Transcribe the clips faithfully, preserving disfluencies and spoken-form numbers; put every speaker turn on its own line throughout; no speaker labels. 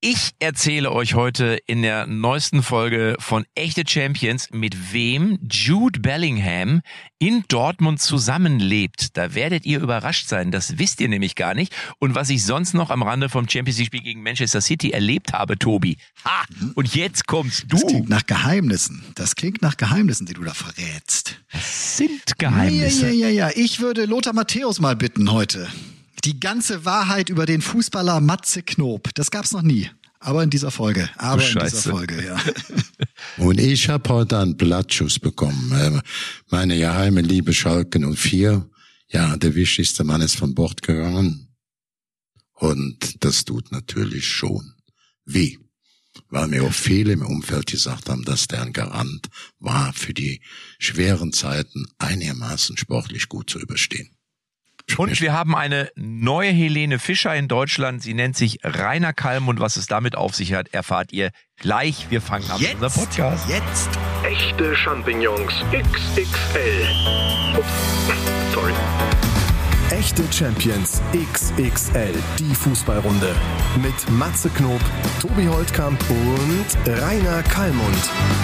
Ich erzähle euch heute in der neuesten Folge von Echte Champions, mit wem Jude Bellingham in Dortmund zusammenlebt. Da werdet ihr überrascht sein, das wisst ihr nämlich gar nicht. Und was ich sonst noch am Rande vom Champions League Spiel gegen Manchester City erlebt habe, Tobi. Ha! Und jetzt kommst du.
Das klingt nach Geheimnissen. Das klingt nach Geheimnissen, die du da verrätst.
Das sind Geheimnisse.
Ja, ja, ja, ja. Ich würde Lothar Matthäus mal bitten heute. Die ganze Wahrheit über den Fußballer Matze Knob. Das gab's noch nie. Aber in dieser Folge. Aber in dieser Folge, ja.
Und ich habe heute einen Blattschuss bekommen. Meine geheime Liebe Schalke null vier. Ja, der wichtigste Mann ist von Bord gegangen. Und das tut natürlich schon weh. Weil mir auch viele im Umfeld gesagt haben, dass der ein Garant war, für die schweren Zeiten einigermaßen sportlich gut zu überstehen.
Und wir haben eine neue Helene Fischer in Deutschland. Sie nennt sich Rainer Kalm, und was es damit auf sich hat, erfahrt ihr gleich. Wir fangen an mit unserem Podcast.
Jetzt.
Echte Champignons X X L. Ups, sorry.
Echte Champions X X L, die Fußballrunde. Mit Matze Knob, Tobi Holtkamp und Rainer Kallmund.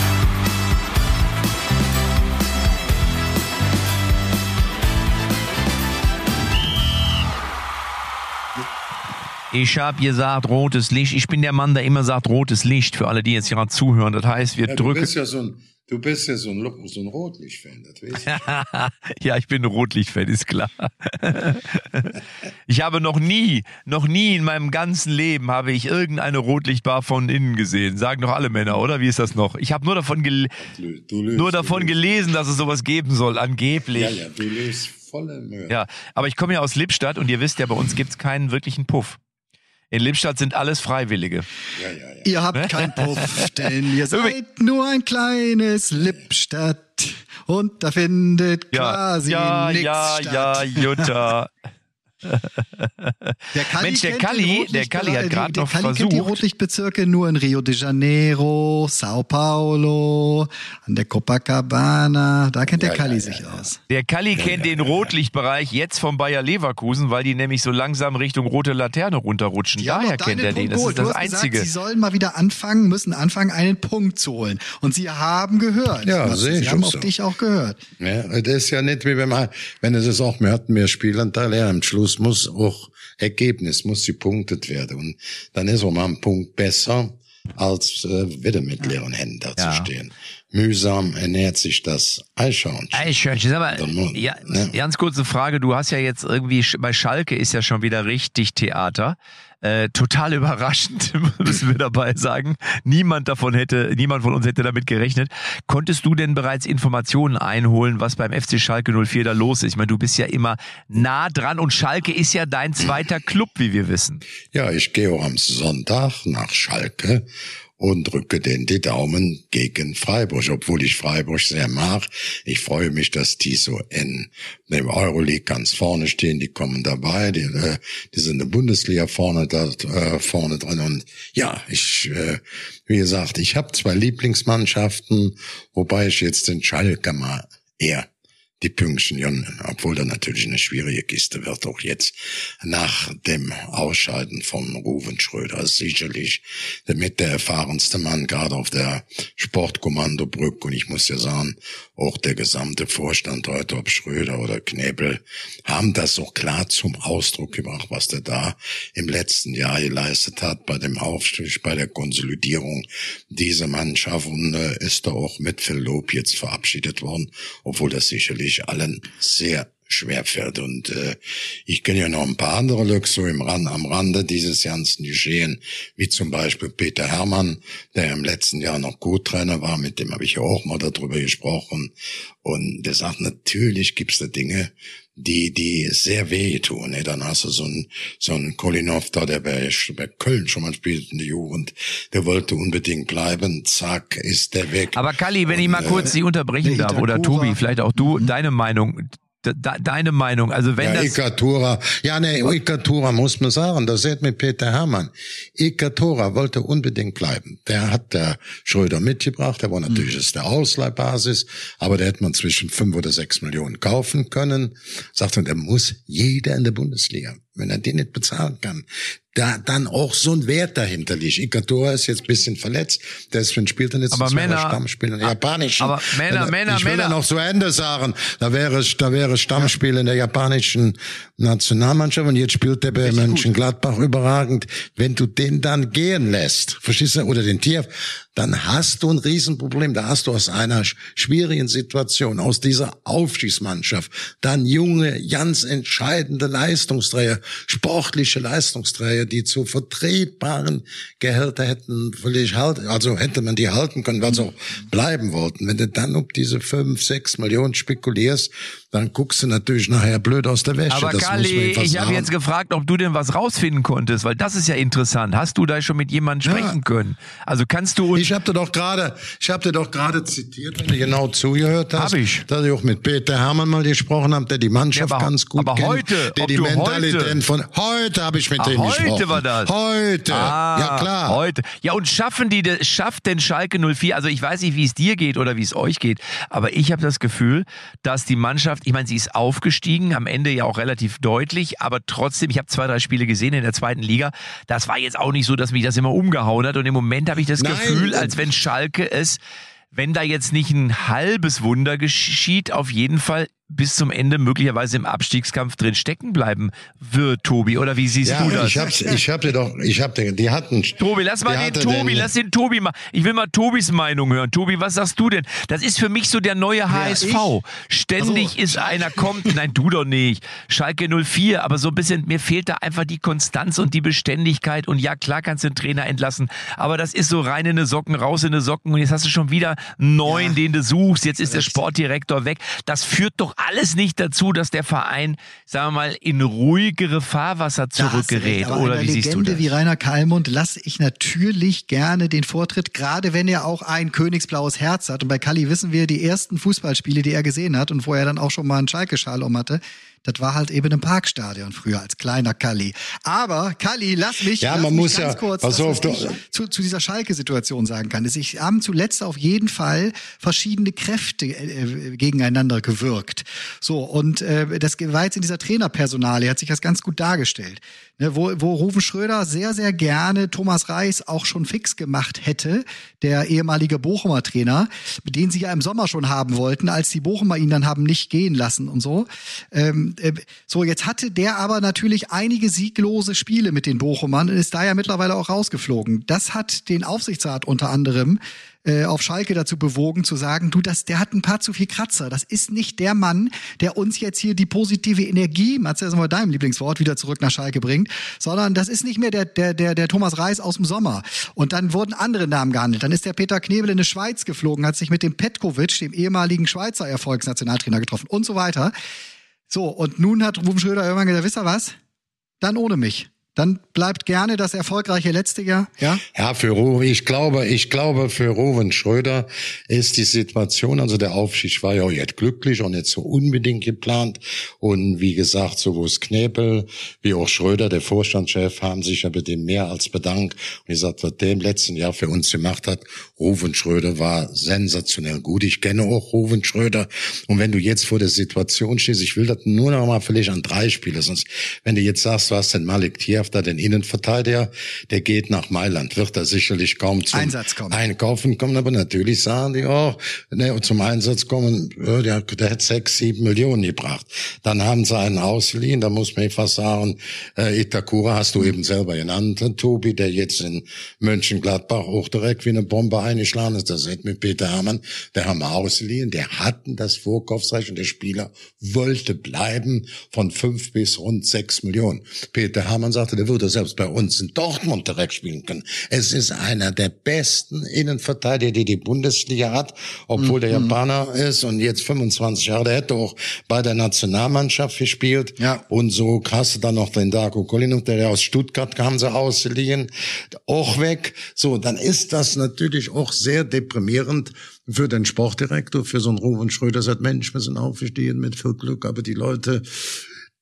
Ich habe gesagt, rotes Licht. Ich bin der Mann, der immer sagt, rotes Licht, für alle, die jetzt gerade zuhören. Das heißt, wir
ja, du
drücken...
Bist ja so ein, du bist ja so ein, so ein Rotlicht-Fan, das weiß ich.
Ja, ich bin ein Rotlicht-Fan, ist klar. Ich habe noch nie, noch nie in meinem ganzen Leben habe ich irgendeine Rotlichtbar von innen gesehen. Sagen doch alle Männer, oder? Wie ist das noch? Ich habe nur davon, gel-
du löst,
nur davon gelesen, dass es sowas geben soll, angeblich.
Ja, ja, du löst volle Mühe.
Ja, aber ich komme ja aus Lippstadt und ihr wisst ja, bei uns gibt's keinen wirklichen Puff. In Lippstadt sind alles Freiwillige.
Ja, ja, ja.
Ihr habt keinen Puff, denn ihr seid nur ein kleines Lippstadt. Und da findet
Ja,
quasi
ja,
nichts
ja,
statt.
ja, Jutta.
Der Kalli
Mensch, der
kennt
Kalli,
den Rotlicht-
der Kalli hat
die-
gerade
der
noch
Kalli kennt die
versucht.
Rotlichtbezirke nur in Rio de Janeiro, Sao Paulo, an der Copacabana. Da kennt
Ja,
der Kalli
ja,
sich
ja, ja.
aus.
Der Kalli kennt den Rotlichtbereich jetzt vom Bayer Leverkusen, weil die nämlich so langsam Richtung rote Laterne runterrutschen.
Die haben
Daher
doch
kennt
deinen
er den.
Punkt
Das
geholt.
ist das
du hast
Einzige.
Gesagt, sie sollen mal wieder anfangen, müssen anfangen, einen Punkt zu holen. Und sie haben gehört.
Ja,
Was?
sehe
Sie
ich
haben
auch
auf
so.
dich auch gehört.
Ja, das ist ja nicht wie wenn man, wenn es ist auch, wir hatten mehr Spielanteile, ja, am Schluss muss auch Ergebnis, muss gepunktet werden. Und dann ist auch mal ein Punkt besser, als äh, wieder mit leeren Händen da
Ja.
zu stehen. Mühsam ernährt sich das Eichhörnchen.
Eichhörnchen, sag mal,
Dann nur-
ja,
ja.
ganz kurze Frage. Du hast ja jetzt irgendwie, bei Schalke ist ja schon wieder richtig Theater. Äh, total überraschend, müssen wir dabei sagen. Niemand davon hätte, niemand von uns hätte damit gerechnet. Konntest du denn bereits Informationen einholen, was beim F C Schalke null vier da los ist? Ich meine, du bist ja immer nah dran und Schalke ist ja dein zweiter Club, wie wir wissen.
Ja, ich gehe auch am Sonntag nach Schalke und drücke den die Daumen gegen Freiburg, obwohl ich Freiburg sehr mag. Ich freue mich, dass die so in dem Euroleague ganz vorne stehen. Die kommen dabei, die, äh, die sind in der Bundesliga vorne da äh, vorne drin. Und ja, ich, äh, wie gesagt, ich habe zwei Lieblingsmannschaften, wobei ich jetzt den Schalke mal eher die Pünktchen gönnen, obwohl da natürlich eine schwierige Kiste wird, auch jetzt nach dem Ausscheiden von Ruven Schröder. Sicherlich mit der erfahrenste Mann, gerade auf der Sportkommandobrücke. Und ich muss ja sagen, auch der gesamte Vorstand heute, ob Schröder oder Knebel, haben das auch klar zum Ausdruck gebracht, was der da im letzten Jahr geleistet hat, bei dem Aufstieg, bei der Konsolidierung dieser Mannschaft. Und äh, ist da auch mit viel Lob jetzt verabschiedet worden, obwohl das sicherlich allen sehr schwer fällt. Und äh, ich kenne ja noch ein paar andere Leute so im Rand, am Rande dieses ganzen Geschehen, wie zum Beispiel Peter Hermann, der im letzten Jahr noch Co-Trainer war, mit dem habe ich ja auch mal darüber gesprochen. Und der sagt, natürlich gibt's da Dinge, die die sehr weh tun. Ne? Dann hast du so einen so einen Kolinov da, der bei, bei Köln schon mal spielt in der Jugend, der wollte unbedingt bleiben, zack, ist der weg.
Aber Kalli, wenn
Und,
ich mal
äh,
kurz Sie unterbrechen
der
darf, oder
Itakura.
Tobi, vielleicht auch du, deine Meinung. De, deine Meinung, also wenn
ja,
das...
Ikatura, ja, ne, Ikatura muss man sagen, das sieht mit Peter Hermann. Ikatura wollte unbedingt bleiben. Der hat der Schröder mitgebracht, der war natürlich mhm. ist der Ausleihbasis, aber der hätte man zwischen fünf oder sechs Millionen kaufen können. Sagt man, der muss jeder in der Bundesliga. wenn er den nicht bezahlen kann, da dann auch so ein Wert dahinter liegt. Ikator ist jetzt ein bisschen verletzt, deswegen spielt er nicht
aber
so
Männer,
Stammspieler in der japanischen.
Aber Männer,
er,
Männer,
ich will
Männer.
ja noch so Ende sagen, da wäre da wäre Stammspiel in der japanischen Nationalmannschaft und jetzt spielt der bei Mönchengladbach überragend. Wenn du den dann gehen lässt, verstehst du, oder den Tier, dann hast du ein Riesenproblem. Da hast du aus einer schwierigen Situation, aus dieser Aufstiegsmannschaft, dann junge, ganz entscheidende Leistungsträger, sportliche Leistungsträger, die zu vertretbaren Gehälter hätten völlig halten, also hätte man die halten können, weil sie auch bleiben wollten. Wenn du dann um diese fünf, sechs Millionen spekulierst, dann guckst du natürlich nachher blöd aus der Wäsche.
Aber
das
Kalli, ich habe jetzt gefragt, ob du denn was rausfinden konntest, weil das ist ja interessant. Hast du da schon mit jemandem sprechen ja. können? Also kannst du uns...
Ich habe dir doch gerade, ich habe dir doch gerade zitiert, wenn du genau zugehört hast,
hab ich.
dass ich auch mit Peter Hermann mal gesprochen habe, der die Mannschaft ja, aber, ganz gut
aber
kennt.
Heute,
der die Mentalität heute. von heute habe ich mit
ah,
dem
heute
gesprochen.
Heute war das.
Heute.
Ah,
ja klar.
Heute. Ja, und schaffen die das, schafft denn Schalke null vier? Also ich weiß nicht, wie es dir geht oder wie es euch geht, aber ich habe das Gefühl, dass die Mannschaft, ich meine, sie ist auf aufgestiegen, am Ende ja auch relativ deutlich, aber trotzdem, ich habe zwei, drei Spiele gesehen in der zweiten Liga, das war jetzt auch nicht so, dass mich das immer umgehauen hat und im Moment habe ich das Nein. Gefühl, als wenn Schalke es, wenn da jetzt nicht ein halbes Wunder geschieht, auf jeden Fall bis zum Ende möglicherweise im Abstiegskampf drin stecken bleiben wird, Tobi, oder wie siehst
ja,
du das?
Ich hab's, ich hab dir doch, ich hab dir, die hatten.
Tobi, lass mal den Tobi, den, lass den Tobi mal. Ich will mal Tobis Meinung hören. Tobi, was sagst du denn? Das ist für mich so der neue H S V. Ich? Ständig also, ist einer kommt, nein, du doch nicht. Schalke null vier, aber so ein bisschen, mir fehlt da einfach die Konstanz und die Beständigkeit und ja, klar kannst du den Trainer entlassen, aber das ist so rein in eine Socken, raus in eine Socken und jetzt hast du schon wieder einen neuen, ja. den du suchst, jetzt ist der Sportdirektor weg. Das führt doch alles nicht dazu, dass der Verein, sagen wir mal, in ruhigere Fahrwasser zurückgerät.
Aber
oder
einer
wie
Legende
siehst du das?
Wie Rainer Kallmund lasse ich natürlich gerne den Vortritt, gerade wenn er auch ein königsblaues Herz hat. Und bei Kalli wissen wir, die ersten Fußballspiele, die er gesehen hat und wo er dann auch schon mal einen Schalke-Schal um hatte, das war halt eben im Parkstadion früher als kleiner Kalli. Aber Kalli, lass mich,
ja,
lass
man
mich
muss
ganz
ja,
kurz,
was
das,
auf
was ich zu, zu dieser Schalke-Situation sagen kann, ist, ich haben zuletzt auf jeden Fall verschiedene Kräfte äh, gegeneinander gewirkt. So, und äh, das war jetzt in dieser Trainerpersonalie, hat sich das ganz gut dargestellt. Ne, wo, wo Ruven Schröder sehr, sehr gerne Thomas Reis auch schon fix gemacht hätte, der ehemalige Bochumer Trainer, den sie ja im Sommer schon haben wollten, als die Bochumer ihn dann haben nicht gehen lassen und so. Ähm, So, jetzt hatte der aber natürlich einige sieglose Spiele mit den Bochumern und ist da ja mittlerweile auch rausgeflogen. Das hat den Aufsichtsrat unter anderem äh, auf Schalke dazu bewogen, zu sagen, du, das, der hat ein paar zu viel Kratzer. Das ist nicht der Mann, der uns jetzt hier die positive Energie, Matze, das ist mal deinem Lieblingswort, wieder zurück nach Schalke bringt, sondern das ist nicht mehr der, der, der, der Thomas Reis aus dem Sommer. Und dann wurden andere Namen gehandelt. Dann ist der Peter Knebel in die Schweiz geflogen, hat sich mit dem Petkovic, dem ehemaligen Schweizer Erfolgsnationaltrainer, getroffen und so weiter. So, und nun hat Ruven Schröder irgendwann gesagt, wisst ihr was? Dann ohne mich. Dann bleibt gerne das erfolgreiche letzte Jahr, ja?
Ja, für Ruven, ich glaube, ich glaube, für Ruven Schröder ist die Situation, also der Aufstieg war ja auch jetzt glücklich und nicht so unbedingt geplant. Und wie gesagt, sowohl Knebel wie auch Schröder, der Vorstandschef, haben sich ja bei dem mehr als bedankt. Und ich sagte, was der im letzten Jahr für uns gemacht hat, Ruven Schröder war sensationell gut. Ich kenne auch Ruven Schröder. Und wenn du jetzt vor der Situation stehst, ich will das nur noch mal vielleicht an drei Spiele, sonst, wenn du jetzt sagst, du hast den Malik Tiaf, da den Innenverteidiger, der geht nach Mailand, wird er sicherlich kaum zum
Einsatz kommen.
Einkaufen kommen, aber natürlich sagen die auch, ne, zum Einsatz kommen, ja, der, der hat sechs, sieben Millionen gebracht. Dann haben sie einen ausgeliehen, da muss man fast sagen, äh, Itakura hast du eben selber genannt, Tobi, der jetzt in Mönchengladbach auch direkt wie eine Bombe eingeschlagen ist, das ist mit Peter Hermann, der haben wir ausgeliehen, der hatten das Vorkaufsrecht und der Spieler wollte bleiben von fünf bis rund sechs Millionen. Peter Hermann sagte, der würde selbst bei uns in Dortmund direkt spielen können. Es ist einer der besten Innenverteidiger, die die Bundesliga hat, obwohl mhm. der Japaner ist und jetzt fünfundzwanzig Jahre. Der hätte auch bei der Nationalmannschaft gespielt. Ja. Und so hast du dann noch den Darko Kolinov, der aus Stuttgart kam, sie ausgeliehen, auch weg. So, dann ist das natürlich auch sehr deprimierend für den Sportdirektor, für so einen Ruven Schröder. Sagt, Mensch, wir sind aufgestiegen mit viel Glück, aber die Leute,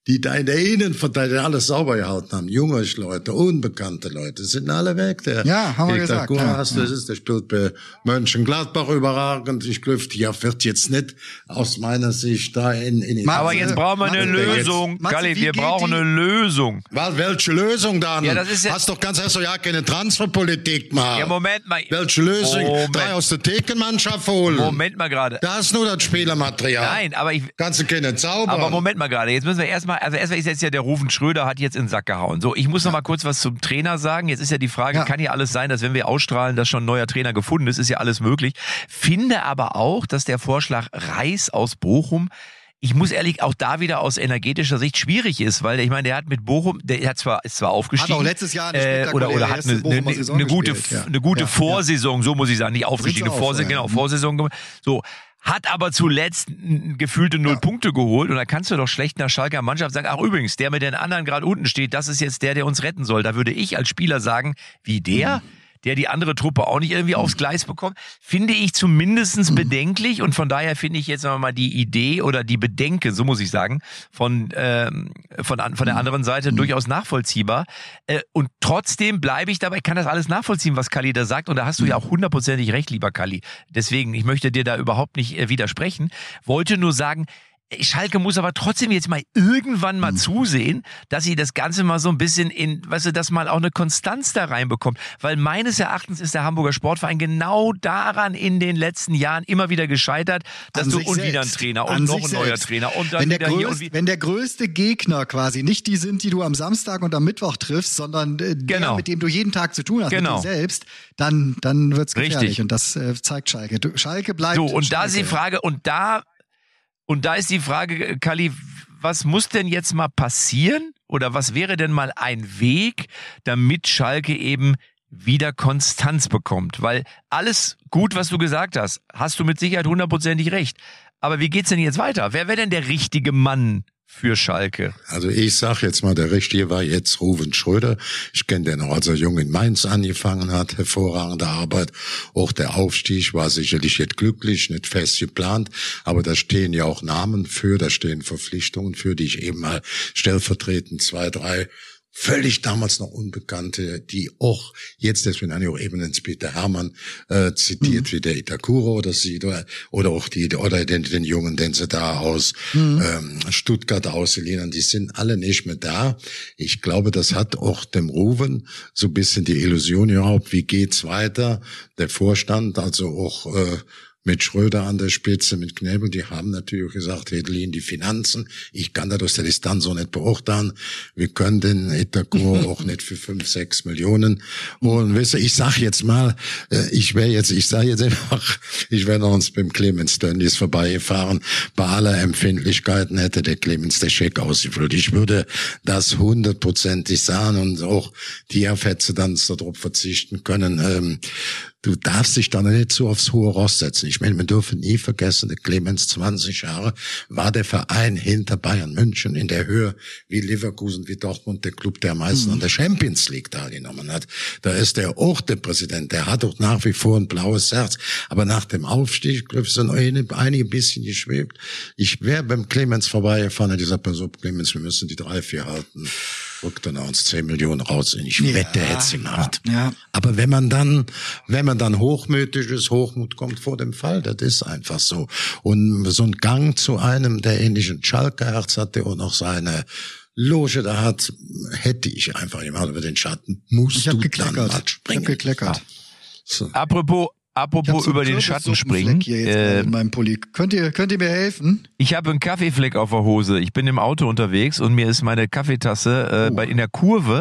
die da in der Innenverteidigung alles sauber gehalten haben. Junge Leute, unbekannte Leute, sind alle weg. Der
ja, haben wir gesagt.
Ja,
ja.
das ist, der spielt bei Mönchengladbach überragend. Ich glaube, ja, wird jetzt nicht aus meiner Sicht da in, in
Matze, aber jetzt brauchen wir eine Lösung. Galli, wir brauchen eine Lösung.
Was, welche Lösung dann?
Ja, das ist ja
hast doch ganz erst so ja keine Transferpolitik machen.
Ja, Moment mal.
Welche Lösung?
Moment.
Drei aus der Thekenmannschaft holen.
Moment mal gerade.
Da hast nur das Spielermaterial.
Nein, aber ich...
Kannst du keine zaubern.
Aber Moment mal gerade. Jetzt müssen wir erstmal, also erstmal ist jetzt ja der Rufen Schröder hat jetzt in den Sack gehauen. So, ich muss noch mal kurz was zum Trainer sagen. Jetzt ist ja die Frage, ja. kann ja alles sein, dass wenn wir ausstrahlen, dass schon ein neuer Trainer gefunden ist, ist ja alles möglich. Finde aber auch, dass der Vorschlag Reis aus Bochum, ich muss ehrlich auch da wieder aus energetischer Sicht schwierig ist, weil ich meine, der hat mit Bochum, der hat zwar ist zwar aufgestiegen,
hat auch letztes Jahr eine
äh, oder oder hat eine, eine, eine gute ja. eine gute ja. Vorsaison, so muss ich sagen, nicht aufgestiegen, Vorsaison, genau, Vorsaison, so. Hat aber zuletzt gefühlte null ja. Punkte geholt und da kannst du doch schlecht nach Schalker Mannschaft sagen, ach übrigens, der mit den anderen gerade unten steht, das ist jetzt der, der uns retten soll. Da würde ich als Spieler sagen, wie der, mhm. der die andere Truppe auch nicht irgendwie aufs Gleis bekommt, finde ich zumindestens mhm. bedenklich und von daher finde ich jetzt mal die Idee oder die Bedenke, so muss ich sagen, von ähm, von, von der anderen Seite mhm. durchaus nachvollziehbar äh, und trotzdem bleibe ich dabei, ich kann das alles nachvollziehen, was Kalli da sagt und da hast du ja auch hundertprozentig recht, lieber Kalli. Deswegen, ich möchte dir da überhaupt nicht äh, widersprechen, wollte nur sagen, Schalke muss aber trotzdem jetzt mal irgendwann mal mhm. zusehen, dass sie das Ganze mal so ein bisschen in, weißt du, dass mal auch eine Konstanz da reinbekommt. Weil meines Erachtens ist der Hamburger Sportverein genau daran in den letzten Jahren immer wieder gescheitert, dass
An
du und
selbst.
wieder ein Trainer und
An
noch ein neuer
selbst.
Trainer und dann
wenn der
wieder
größ,
hier und wie
wenn der größte Gegner quasi nicht die sind, die du am Samstag und am Mittwoch triffst, sondern äh, der,
genau.
mit dem du jeden Tag zu tun hast,
genau.
mit dir selbst, dann, dann wird's gefährlich.
Richtig.
Und das äh, zeigt Schalke. Du, Schalke bleibt
so, und
Schalke.
da ist die Frage, und da Und da ist die Frage, Kalli, was muss denn jetzt mal passieren oder was wäre denn mal ein Weg, damit Schalke eben wieder Konstanz bekommt? Weil alles gut, was du gesagt hast, hast du mit Sicherheit hundertprozentig recht. Aber wie geht's denn jetzt weiter? Wer wäre denn der richtige Mann für Schalke?
Also ich sag jetzt mal, der Richtige war jetzt Ruven Schröder. Ich kenne den noch, als er jung in Mainz angefangen hat. Hervorragende Arbeit. Auch der Aufstieg war sicherlich nicht glücklich, nicht fest geplant. Aber da stehen ja auch Namen für, da stehen Verpflichtungen für, die ich eben mal stellvertretend zwei, drei völlig damals noch Unbekannte, die auch jetzt, deswegen habe ich auch eben den Peter Hermann äh, zitiert, mhm. wie der Itakura oder sie, oder, oder auch die, oder den, den Jungen, den sie da aus mhm. ähm, Stuttgart ausgeliehen, die sind alle nicht mehr da. Ich glaube, das hat auch dem Ruven so ein bisschen die Illusion überhaupt, wie geht's weiter? Der Vorstand, also auch äh, mit Schröder an der Spitze, mit Knebel, die haben natürlich gesagt, Hedlin, die Finanzen, ich kann das aus der Distanz so nicht beurteilen, wir können den Itakura auch nicht für fünf, sechs Millionen holen. Weißt du, ich sag jetzt mal, ich wäre jetzt, ich sage jetzt einfach, ich wäre noch uns beim Clemens Tönnies vorbeigefahren, bei aller Empfindlichkeiten hätte der Clemens der Scheck ausgefüllt. Ich würde das hundertprozentig sagen und auch die hätte dann darauf verzichten können, ähm, du darfst dich dann nicht so aufs hohe Ross setzen. Ich meine, wir dürfen nie vergessen, der Clemens, zwanzig Jahre, war der Verein hinter Bayern München in der Höhe wie Leverkusen, wie Dortmund, der Club, der am meisten mhm. an der Champions League teilgenommen hat. Da ist der auch der Präsident, der hat auch nach wie vor ein blaues Herz. Aber nach dem Aufstieg, glaube ich, sind einige ein bisschen geschwebt. Ich wäre beim Clemens vorbeigefahren, und dieser Person, Clemens, wir müssen die drei, vier halten. Rückt dann uns zehn Millionen raus. Ich
ja,
wette, er hätte sie gemacht.
Ja.
Aber wenn man dann, wenn man dann hochmütig ist, Hochmut kommt vor dem Fall, das ist einfach so. Und so ein Gang zu einem, der ähnlichen Schalke-Herz hat, der auch noch seine Loge da hat, hätte ich einfach gemacht über den Schatten. Musst
ich hab
du
gekleckert.
dann mal springen.
Ich hab gekleckert.
Ja. So. Apropos, Apropos über den Schatten springen.
Hier jetzt äh, in meinem Pulli. Könnt ihr, könnt ihr mir helfen?
Ich habe einen Kaffeefleck auf der Hose. Ich bin im Auto unterwegs und mir ist meine Kaffeetasse äh, oh. bei in der Kurve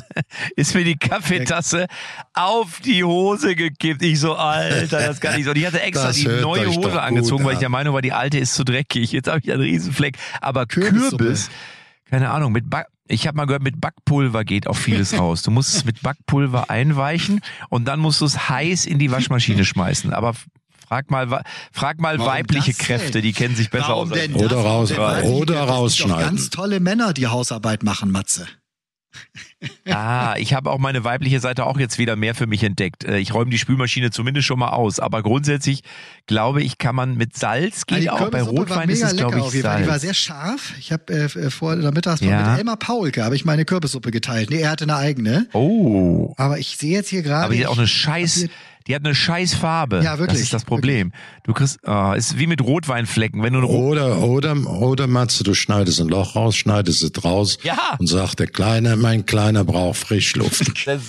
ist mir die Kaffeetasse auf die Hose gekippt. Ich so, Alter, das kann nicht so. Und ich hatte extra das die neue Hose angezogen, weil ich der Meinung war, die alte ist zu dreckig. Jetzt habe ich einen Riesenfleck. Aber Kürbis, Kürbis keine Ahnung, mit Back ich habe mal gehört, mit Backpulver geht auch vieles raus. Du musst es mit Backpulver einweichen und dann musst du es heiß in die Waschmaschine schmeißen. Aber frag mal, frag mal Warum weibliche Kräfte, die kennen sich besser
Warum
aus.
Denn
oder raus,
denn
oder rausschneiden.
Das sind doch ganz tolle Männer, die Hausarbeit machen, Matze.
Ah, ich habe auch meine weibliche Seite auch jetzt wieder mehr für mich entdeckt. Ich räume die Spülmaschine zumindest schon mal aus. Aber grundsätzlich glaube ich, kann man mit Salz geht
die
auch. Bei Rotwein ist es, glaube ich, Salz.
Die war sehr scharf. Ich habe äh, vor der Mittagspause
Ja.
mit Elmar Paulke habe ich meine Kürbissuppe geteilt. Nee, er hatte eine eigene.
Oh.
Aber ich sehe jetzt hier gerade.
Aber die hat auch eine scheiß,
passiert-
die hat eine scheiß Farbe.
Ja, wirklich,
Das ist das Problem. Du kriegst, oh, ist wie mit Rotweinflecken. Wenn du eine Ro-
Oder, oder, oder Matze, du schneidest ein Loch raus, schneidest es raus
Ja.
und sagst, der Kleine, mein Kleiner braucht Frischluft.
Das,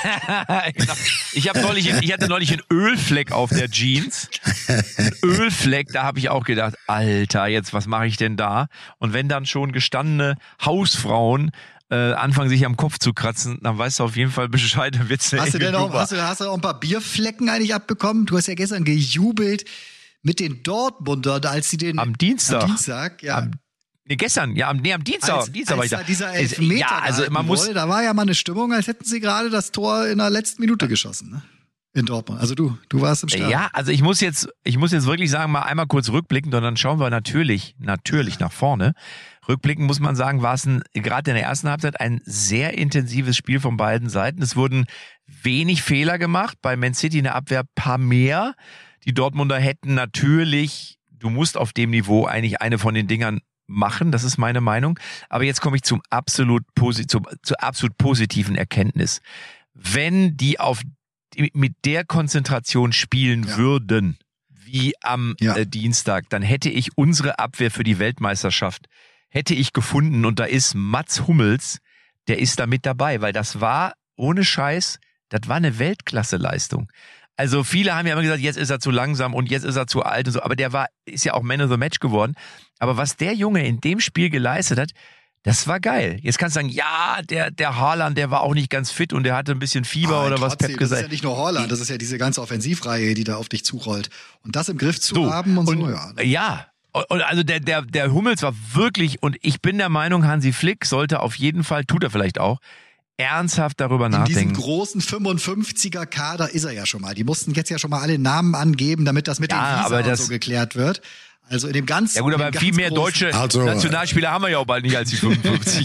ich habe neulich, ich hatte neulich einen Ölfleck auf der Jeans. Ein Ölfleck, da habe ich auch gedacht, Alter, jetzt was mache ich denn da? Und wenn dann schon gestandene Hausfrauen äh, anfangen, sich am Kopf zu kratzen, dann weißt du auf jeden Fall Bescheid, dann wird's eine
Hast du
enge
denn auch,
Nummer.
hast du, hast du auch ein paar Bierflecken eigentlich abbekommen? Du hast ja gestern gejubelt mit den Dortmundern, als sie den
Am Dienstag.
Am Dienstag, ja.
Am, nee, gestern, ja, am, nee, am Dienstag,
als,
am Dienstag war
als
ich
da
da.
dieser
Es-
Elfmeter
ja, also man
gehalten
muss,
wurde, da war ja mal eine Stimmung, als hätten sie gerade das Tor in der letzten Minute geschossen, ne? In Dortmund. Also du, du warst im Stadion.
ja, also ich muss jetzt, ich muss jetzt wirklich sagen, mal einmal kurz rückblicken, und dann schauen wir natürlich, natürlich nach vorne. Rückblickend muss man sagen, war es ein, gerade in der ersten Halbzeit ein sehr intensives Spiel von beiden Seiten. Es wurden wenig Fehler gemacht, bei Man City in der Abwehr paar mehr. Die Dortmunder hätten natürlich, du musst auf dem Niveau eigentlich eine von den Dingern machen, das ist meine Meinung. Aber jetzt komme ich zum absolut, posi- zum, zur absolut positiven Erkenntnis. Wenn die auf die, mit der Konzentration spielen
Ja.
würden, wie am
Ja.
äh, Dienstag, dann hätte ich unsere Abwehr für die Weltmeisterschaft hätte ich gefunden, und da ist Mats Hummels, der ist da mit dabei, weil das war, ohne Scheiß, das war eine Weltklasse-Leistung. Also viele haben ja immer gesagt, jetzt ist er zu langsam und jetzt ist er zu alt und so, aber der war, ist ja auch Man of the Match geworden. Aber was der Junge in dem Spiel geleistet hat, das war geil. Jetzt kannst du sagen, ja, der, der Haaland, der war auch nicht ganz fit und der hatte ein bisschen Fieber
Aber
oder was
trotzdem,
Pep
das ist
gesagt
ja nicht nur Holland, das ist ja diese ganze Offensivreihe, die da auf dich zurollt. Und das im Griff zu
So,
haben und,
und,
so, ja.
Ja, und also der, der, der Hummels war wirklich, und ich bin der Meinung, Hansi Flick sollte auf jeden Fall, tut er vielleicht auch, ernsthaft darüber
In diesem
nachdenken.
großen fünfundfünfziger Kader ist er ja schon mal. Die mussten jetzt ja schon mal alle Namen angeben, damit das mit
Ja,
den Visa
aber
und
das-
so geklärt wird. Also in dem ganzen.
Ja gut, aber
in dem
viel
ganz
mehr
großen-
deutsche
Also,
Nationalspieler haben wir ja auch bald nicht als die fünfundfünfzig.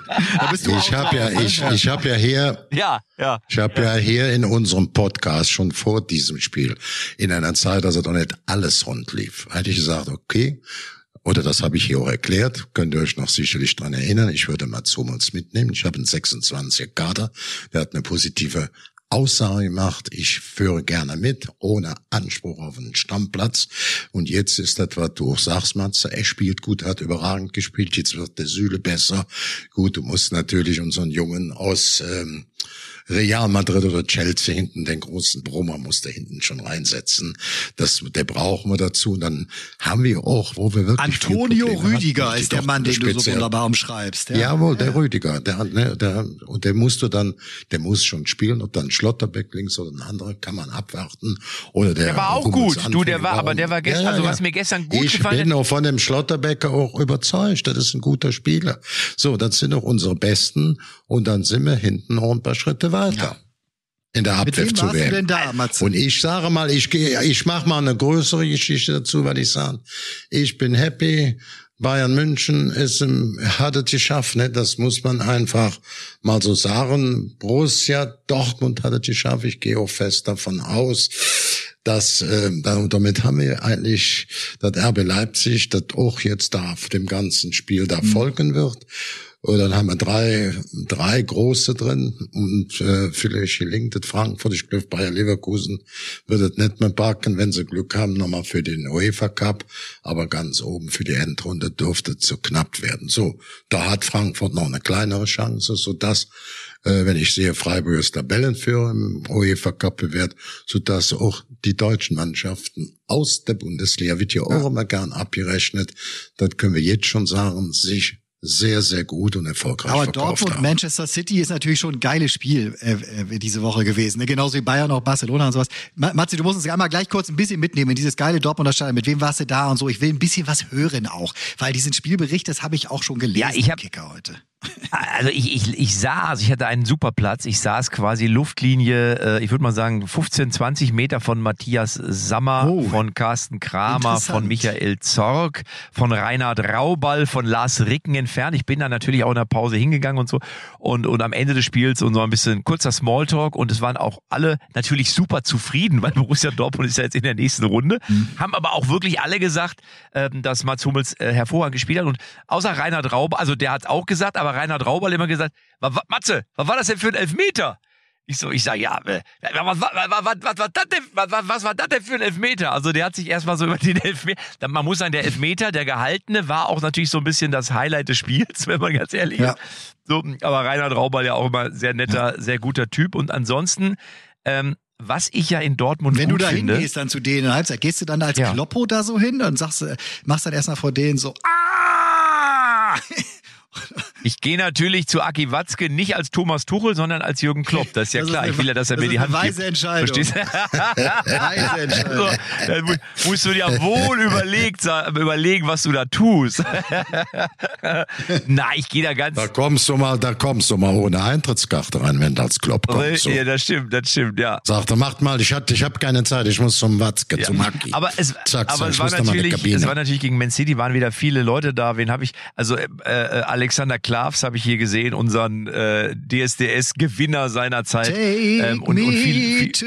Da bist du
Ich
auch
habe ja,
drauf,
ich,
ne?
ich habe ja hier
ja, ja.
Ich habe ja hier in unserem Podcast schon vor diesem Spiel, in einer Zeit, als er doch nicht alles rund lief, hatte ich gesagt, okay, oder das habe ich hier auch erklärt, könnt ihr euch noch sicherlich dran erinnern, ich würde Mats Hummels mitnehmen, ich habe einen sechsundzwanziger Kader, der hat eine positive Aussage gemacht, ich führe gerne mit, ohne Anspruch auf einen Stammplatz. Und jetzt ist das, was du auch sagst, Matze, er spielt gut, hat überragend gespielt, jetzt wird der Süle besser. Gut, du musst natürlich unseren Jungen aus ähm, Real Madrid oder Chelsea hinten, den großen Brummer muss der hinten schon reinsetzen. Das, der brauchen wir dazu. Und dann haben wir auch, wo wir wirklich viel
Antonio
Probleme
Rüdiger
hatten, die
ist der
doch
Mann, den du so
speziell-
wunderbar umschreibst. Ja.
Jawohl, der Rüdiger, der, ne, der, und der musst du dann, der muss schon spielen, ob dann Schlotterbeck links oder ein anderer, kann man abwarten. Oder der,
Der war auch
Hummels
gut. Du, der
Anfang,
war, aber
warum?
der war gestern, also was mir gestern gut
ich
gefallen
bin
hat-
auch von dem Schlotterbecker auch überzeugt, das ist ein guter Spieler. So, das sind auch unsere Besten, und dann sind wir hinten noch ein paar Schritte weiter. In der
Mit
Abwehr
wem
zu
warst du
werden.
denn da, Matze?
Und ich sage mal, ich gehe, ich mache mal eine größere Geschichte dazu, weil ich sage, ich bin happy. Bayern München ist im, hat es geschafft, ne? Das muss man einfach mal so sagen. Borussia Dortmund hat es geschafft. Ich gehe auch fest davon aus, dass äh, damit haben wir eigentlich das R B Leipzig, das auch jetzt da auf dem ganzen Spiel da folgen wird. Und dann haben wir drei, drei große drin, und äh, vielleicht gelingt es Frankfurt, ich glaube Bayer Leverkusen wird es nicht mehr packen, wenn sie Glück haben, nochmal für den UEFA Cup, aber ganz oben für die Endrunde dürfte es zu knapp werden. So, da hat Frankfurt noch eine kleinere Chance, sodass, äh, wenn ich sehe, Freiburg ist Tabellenführer im UEFA Cup bewährt, sodass auch die deutschen Mannschaften aus der Bundesliga, wird ja auch immer gern abgerechnet, das können wir jetzt schon sagen, sich sehr, sehr gut und erfolgreich
Aber
verkauft
Dortmund,
haben.
Manchester City ist natürlich schon ein geiles Spiel äh, äh, diese Woche gewesen. Ne? Genauso wie Bayern, auch Barcelona und sowas. Ma- Matze, du musst uns einmal gleich kurz ein bisschen mitnehmen in dieses geile Dortmunder Stadion. Mit wem warst du da und so? Ich will ein bisschen was hören auch. Weil diesen Spielbericht, das habe ich auch schon gelesen
Ja, ich hab-
im Kicker heute.
Also ich, ich, ich saß, ich hatte einen super Platz, ich saß quasi Luftlinie, äh, ich würde mal sagen fünfzehn, zwanzig Meter von Matthias Sammer,
Oh,
von Carsten Kramer,
interessant.
von Michael Zorg, von Reinhard Rauball, von Lars Ricken entfernt. Ich bin da natürlich auch in der Pause hingegangen und so und, und am Ende des Spiels und so ein bisschen kurzer Smalltalk und es waren auch alle natürlich super zufrieden, weil Borussia Dortmund ist ja jetzt in der nächsten Runde, mhm. haben aber auch wirklich alle gesagt, äh, dass Mats Hummels äh, hervorragend gespielt hat und außer Reinhard Rauball, also der hat es auch gesagt, aber Reinhard Rauball immer gesagt, Matze, was war das denn für ein Elfmeter? Ich so, ich sag, ja, äh, was, was, was, was, was, was, das denn, was, was war das denn für ein Elfmeter? Also der hat sich erstmal so über den Elfmeter, man muss sagen, der Elfmeter, der gehaltene, war auch natürlich so ein bisschen das Highlight des Spiels, wenn man ganz ehrlich
Ja.
ist. So, aber Reinhard Rauball ja auch immer sehr netter, ja. sehr guter Typ und ansonsten, ähm, was ich ja in Dortmund
Wenn
gut
du da
finde,
hingehst dann zu denen in der Halbzeit, gehst du dann als
Ja.
Kloppo da so hin und sagst, äh, machst dann erstmal vor denen so, ah!
ich gehe natürlich zu Aki Watzke nicht als Thomas Tuchel, sondern als Jürgen Klopp. Das ist ja
Das ist
klar.
eine-
Ich will ja, dass er
das
mir
ist
die
eine
Hand
weise
gibt.
Entscheidung.
Verstehst du?
Weise Entscheidung.
So, dann mu- musst du dir wohl überlegt, sa- überlegen, was du da tust. Na, ich gehe da ganz.
Da kommst du mal, da kommst du mal ohne Eintrittskarte rein, wenn du als Klopp kommst. So.
Ja, das stimmt, das stimmt, ja.
Sagt er, macht mal, ich hatte, ich habe keine Zeit, ich muss zum Watzke,
Ja.
zum Aki.
Aber es,
Zack,
aber
zack,
es
ich
war
muss da mal in die
natürlich,
Kabine.
es war natürlich gegen Man City waren wieder viele Leute da. Wen habe ich? Also äh, äh, Alexander Klavs habe ich hier gesehen, unseren äh, D S D S-Gewinner seiner Zeit.
Take
Ähm, und,
me
und viel, viel,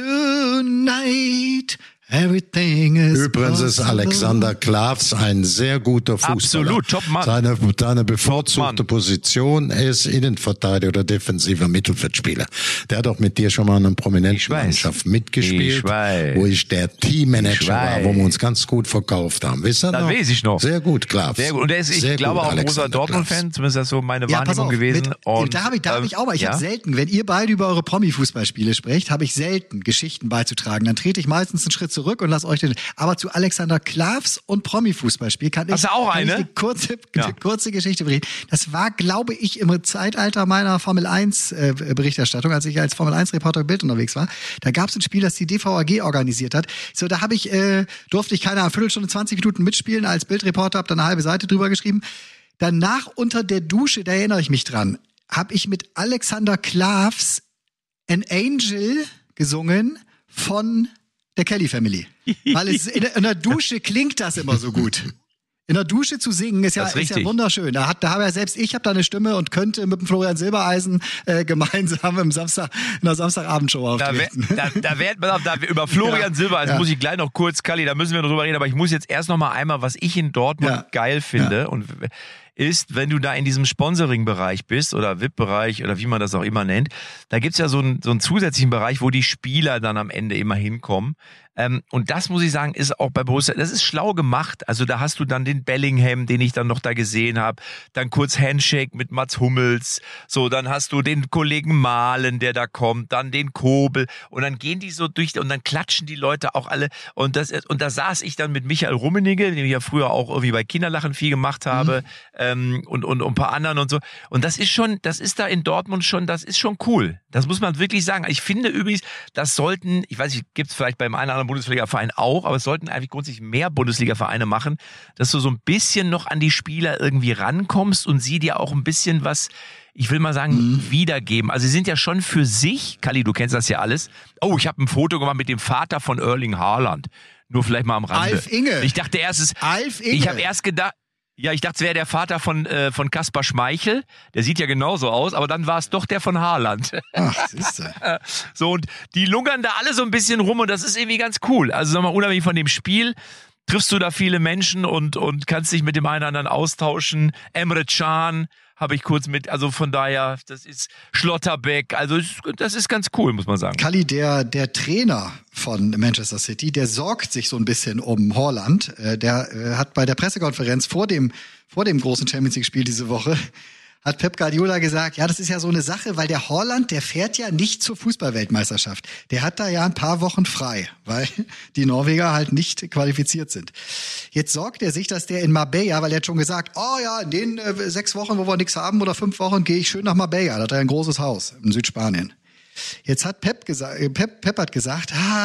tonight, everything is
Übrigens ist
possible.
Alexander Klavs ein sehr guter Fußballer.
Absolut, Top-Mann.
Seine, seine bevorzugte
Top-Mann.
Position ist Innenverteidiger oder defensiver Mittelfeldspieler. Der hat auch mit dir schon mal in einer prominenten
Ich weiß.
Mannschaft mitgespielt,
Ich weiß.
wo ich der Teammanager
Ich
war, wo
weiß.
wir uns ganz gut verkauft haben. Wisst ihr
Das
noch?
weiß ich noch.
Sehr gut, Klavs.
Sehr gut. Und der ist, ich
Sehr
glaube,
gut,
auch ein großer
Alexander
Dortmund-Fan, zumindest ist das so meine
Ja, pass
Wahrnehmung
auf,
gewesen.
mit,
Und,
da habe ich, da hab
ähm,
ich auch mal, ich
ja?
habe selten, wenn ihr beide über eure Promi-Fußballspiele sprecht, habe ich selten Geschichten beizutragen. Dann trete ich meistens einen Schritt zurück und lasse euch den. Aber zu Alexander Klavs und Promi-Fußballspiel kann ich,
Hast du auch
kann
eine?
ich eine kurze,
Ja.
eine kurze Geschichte berichten. Das war, glaube ich, im Zeitalter meiner Formel eins äh, Berichterstattung, als ich als Formel eins Reporter im Bild unterwegs war. Da gab es ein Spiel, das die D V A G organisiert hat. So, da habe ich, äh, durfte ich keine Ahnung, Viertelstunde, zwanzig Minuten mitspielen als Bildreporter, habe dann eine halbe Seite drüber geschrieben. Danach unter der Dusche, da erinnere ich mich dran, habe ich mit Alexander Klavs An Angel gesungen von der Kelly Family. Weil es in, der- in der Dusche klingt das immer so gut. In der Dusche zu singen ist ja,
Das ist
ist ja
richtig.
wunderschön. Da hat, da habe ja selbst ich habe da eine Stimme und könnte mit dem Florian Silbereisen äh, gemeinsam im Samstag in der Samstagabendshow
Da, wär,
auftreten.
da, da werd, pass auf, da, über Florian
Ja,
Silber, also
ja.
muss ich gleich noch kurz, Kalli, da müssen wir noch drüber reden, aber ich muss jetzt erst noch mal einmal, was ich in Dortmund
Ja.
geil finde und ist, wenn du da in diesem Sponsoring-Bereich bist oder V I P-Bereich oder wie man das auch immer nennt, da gibt's ja so einen, so einen zusätzlichen Bereich, wo die Spieler dann am Ende immer hinkommen. Ähm, und das muss ich sagen, ist auch bei Borussia, das ist schlau gemacht. Also da hast du dann den Bellingham, den ich dann noch da gesehen habe, dann kurz Handshake mit Mats Hummels, so, dann hast du den Kollegen Mahlen, der da kommt, dann den Kobel und dann gehen die so durch und dann klatschen die Leute auch alle und das und da saß ich dann mit Michael Rummenigge, den ich ja früher auch irgendwie bei Kinderlachen viel gemacht habe, mhm. ähm, und, und, und ein paar anderen und so und das ist schon, das ist da in Dortmund schon, das ist schon cool. Das muss man wirklich sagen. Ich finde übrigens, das sollten, ich weiß nicht, gibt's vielleicht beim einen oder anderen Bundesliga-Verein auch, aber es sollten eigentlich grundsätzlich mehr Bundesliga-Vereine machen, dass du so ein bisschen noch an die Spieler irgendwie rankommst und sie dir auch ein bisschen was, ich will mal sagen, mhm. wiedergeben. Also sie sind ja schon für sich, Kalli, du kennst das ja alles. Oh, ich habe ein Foto gemacht mit dem Vater von Erling Haaland. Nur vielleicht mal am Rande.
Alf Inge.
Ich dachte erst, es,
Alf Inge.
ich habe erst gedacht, ja, ich dachte, es wäre der Vater von, äh, von Kaspar Schmeichel. Der sieht ja genauso aus, aber dann war es doch der von Haaland.
Ach, siehste.
So, und die lungern da alle so ein bisschen rum und das ist irgendwie ganz cool. Also sag mal, unabhängig von dem Spiel triffst du da viele Menschen und, und kannst dich mit dem einen oder anderen austauschen. Emre Can habe ich kurz mit, also von daher, das ist Schlotterbeck, also das ist ganz cool, muss man sagen.
Kalli, der, der Trainer von Manchester City, der sorgt sich so ein bisschen um Haaland. Äh, der äh, hat bei der Pressekonferenz vor dem, vor dem großen Champions League-Spiel diese Woche hat Pep Guardiola gesagt, ja, das ist ja so eine Sache, weil der Haaland, der fährt ja nicht zur Fußballweltmeisterschaft. Der hat da ja ein paar Wochen frei, weil die Norweger halt nicht qualifiziert sind. Jetzt sorgt er sich, dass der in Marbella, weil er hat schon gesagt, oh ja, in den äh, sechs Wochen, wo wir nichts haben oder fünf Wochen, gehe ich schön nach Marbella. Da hat er ein großes Haus in Südspanien. Jetzt hat Pep gesagt, Pep, Pep hat gesagt, ah,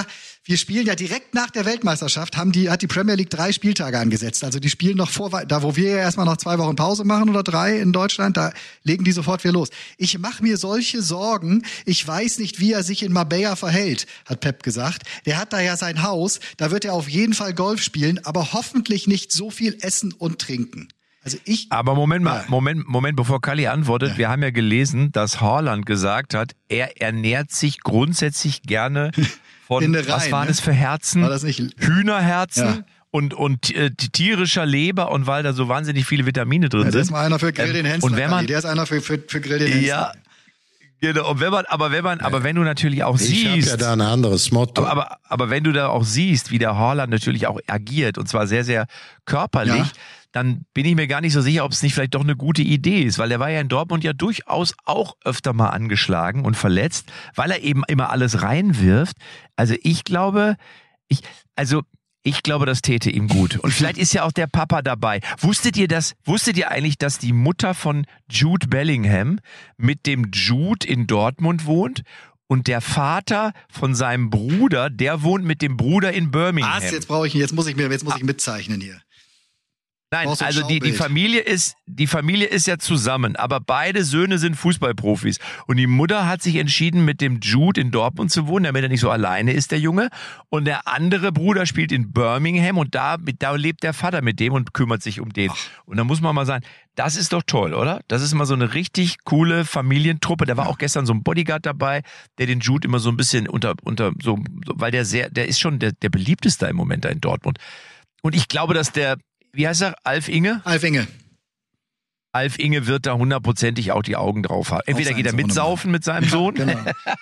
Wir spielen ja direkt nach der Weltmeisterschaft, haben die, hat die Premier League drei Spieltage angesetzt. Also die spielen noch vor, da wo wir ja erstmal noch zwei Wochen Pause machen oder drei in Deutschland, da legen die sofort wieder los. Ich mache mir solche Sorgen, ich weiß nicht, wie er sich in Marbella verhält, hat Pep gesagt. Der hat da ja sein Haus, da wird er auf jeden Fall Golf spielen, aber hoffentlich nicht so viel essen und trinken. Also ich.
Aber Moment mal,
ja.
Moment, Moment, bevor Kalli antwortet,
Ja.
wir haben ja gelesen, dass Haaland gesagt hat, er ernährt sich grundsätzlich gerne von,
Innereien,
was waren
ne?
es für Herzen?
War das nicht?
Hühnerherzen
Ja.
und, und äh, tierischer Leber, und weil da so wahnsinnig viele Vitamine drin
Ja, der
sind.
ist mal einer für Grill
Ähm,
den Hensler.
und wenn man-
Kalli. Der ist einer für, für, für Grill den Hensler.
Ja, genau. Und wenn man, aber wenn man, aber wenn du natürlich auch
Ich habe
siehst,
ja da ein anderes Motto.
aber, aber, aber wenn du da auch siehst, wie der Haaland natürlich auch agiert, und zwar sehr, sehr körperlich,
Ja.
dann bin ich mir gar nicht so sicher, ob es nicht vielleicht doch eine gute Idee ist, weil er war ja in Dortmund ja durchaus auch öfter mal angeschlagen und verletzt, weil er eben immer alles reinwirft. Also ich glaube, ich, also ich glaube, das täte ihm gut. Und vielleicht ist ja auch der Papa dabei. Wusstet ihr das? Wusstet ihr eigentlich, dass die Mutter von Jude Bellingham mit dem Jude in Dortmund wohnt? Und der Vater von seinem Bruder, der wohnt mit dem Bruder in Birmingham.
Was? Jetzt brauche ich, jetzt muss ich mir, jetzt muss ich mitzeichnen hier.
Nein,
brauchst du ein
also die, die
Schaubild.
Familie ist, die Familie ist ja zusammen, aber beide Söhne sind Fußballprofis. Und die Mutter hat sich entschieden, mit dem Jude in Dortmund zu wohnen, damit er nicht so alleine ist, der Junge. Und der andere Bruder spielt in Birmingham, und da, da lebt der Vater mit dem und kümmert sich um den. Und da muss man mal sagen, das ist doch toll, oder? Das ist mal so eine richtig coole Familientruppe. Da war auch gestern so ein Bodyguard dabei, der den Jude immer so ein bisschen unter, unter, so, so weil der sehr, der ist schon der, der beliebteste im Moment da in Dortmund. Und ich glaube, dass der, wie heißt er, Alf Inge?
Alf Inge.
Alf Inge wird da hundertprozentig auch die Augen drauf haben. Entweder
Auf
geht er
seinen Sohn
mitsaufen mit seinem Sohn,
Genau.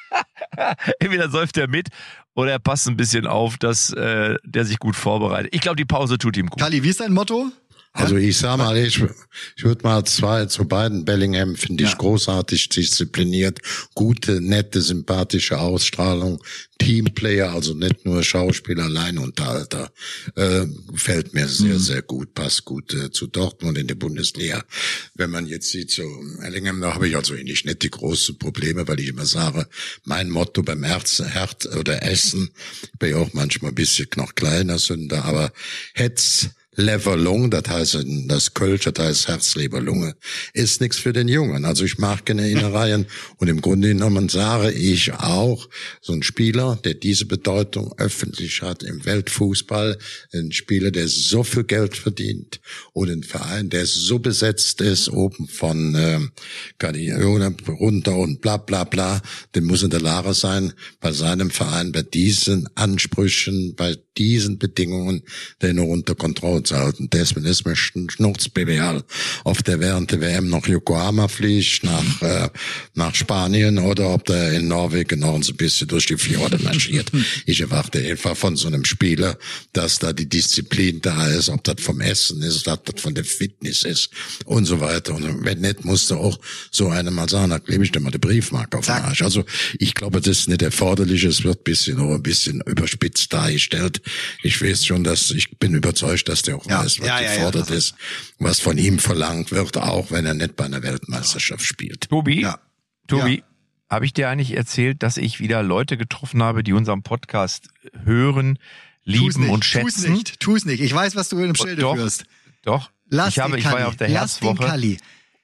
entweder säuft er mit, oder er passt ein bisschen auf, dass äh, der sich gut vorbereitet. Ich glaube, die Pause tut ihm gut.
Kalli, wie ist dein Motto?
Also ich sag mal, ich, ich würde mal zwei zu beiden. Bellingham finde ich
Ja.
großartig diszipliniert, gute, nette, sympathische Ausstrahlung, Teamplayer, also nicht nur Schauspieler, Alleinunterhalter. Äh, fällt mir sehr, sehr gut, passt gut äh, zu Dortmund in der Bundesliga. Wenn man jetzt sieht, so Bellingham, da habe ich also eigentlich nicht die großen Probleme, weil ich immer sage, mein Motto beim Herzen, Herz oder Essen, ich bin ja auch manchmal ein bisschen noch kleiner Sünder, aber Hetz, Lever, Lung, das heißt, das Kölsch, das heißt Herz, Leber, Lunge, ist nichts für den Jungen. Also ich mag keine Innereien und im Grunde genommen sage ich auch, so ein Spieler, der diese Bedeutung öffentlich hat im Weltfußball, ein Spieler, der so viel Geld verdient und ein Verein, der so besetzt ist, oben von ähm, Guardiola runter und bla bla bla, dem muss in der Lage sein, bei seinem Verein, bei diesen Ansprüchen, bei diesen Bedingungen, den er unter Kontrolle zu halten. Deswegen ist mir schnurzbeweal, ob der während der W M nach Yokohama fliegt, nach äh, nach Spanien, oder ob der in Norwegen noch so ein bisschen durch die Fjorde marschiert. Ich erwarte einfach von so einem Spieler, dass da die Disziplin da ist, ob das vom Essen ist, ob das von der Fitness ist und so weiter. Und wenn nicht, musst du auch so einem mal sagen, da klebe ich dir mal den Briefmarke auf den Arsch. Also ich glaube, das ist nicht erforderlich. Es wird ein bisschen noch ein bisschen überspitzt dargestellt. Ich weiß schon, dass ich bin überzeugt, dass der auch
Ja,
weiß, was
ja, ja, ja,
gefordert
das-
ist, was von ihm verlangt wird, auch wenn er nicht bei einer Weltmeisterschaft spielt.
Tobi,
Ja.
Tobi,
Ja.
habe ich dir eigentlich erzählt, dass ich wieder Leute getroffen habe, die unseren Podcast hören,
Tu's
lieben
nicht,
und
tu's
schätzen?
nicht, tu's nicht. Ich weiß, was du im Schilde
Doch,
führst.
doch.
Lass
ich habe,
den
ich war
Kalli.
ja auf der
Lass den
Herzwoche.
Kalli.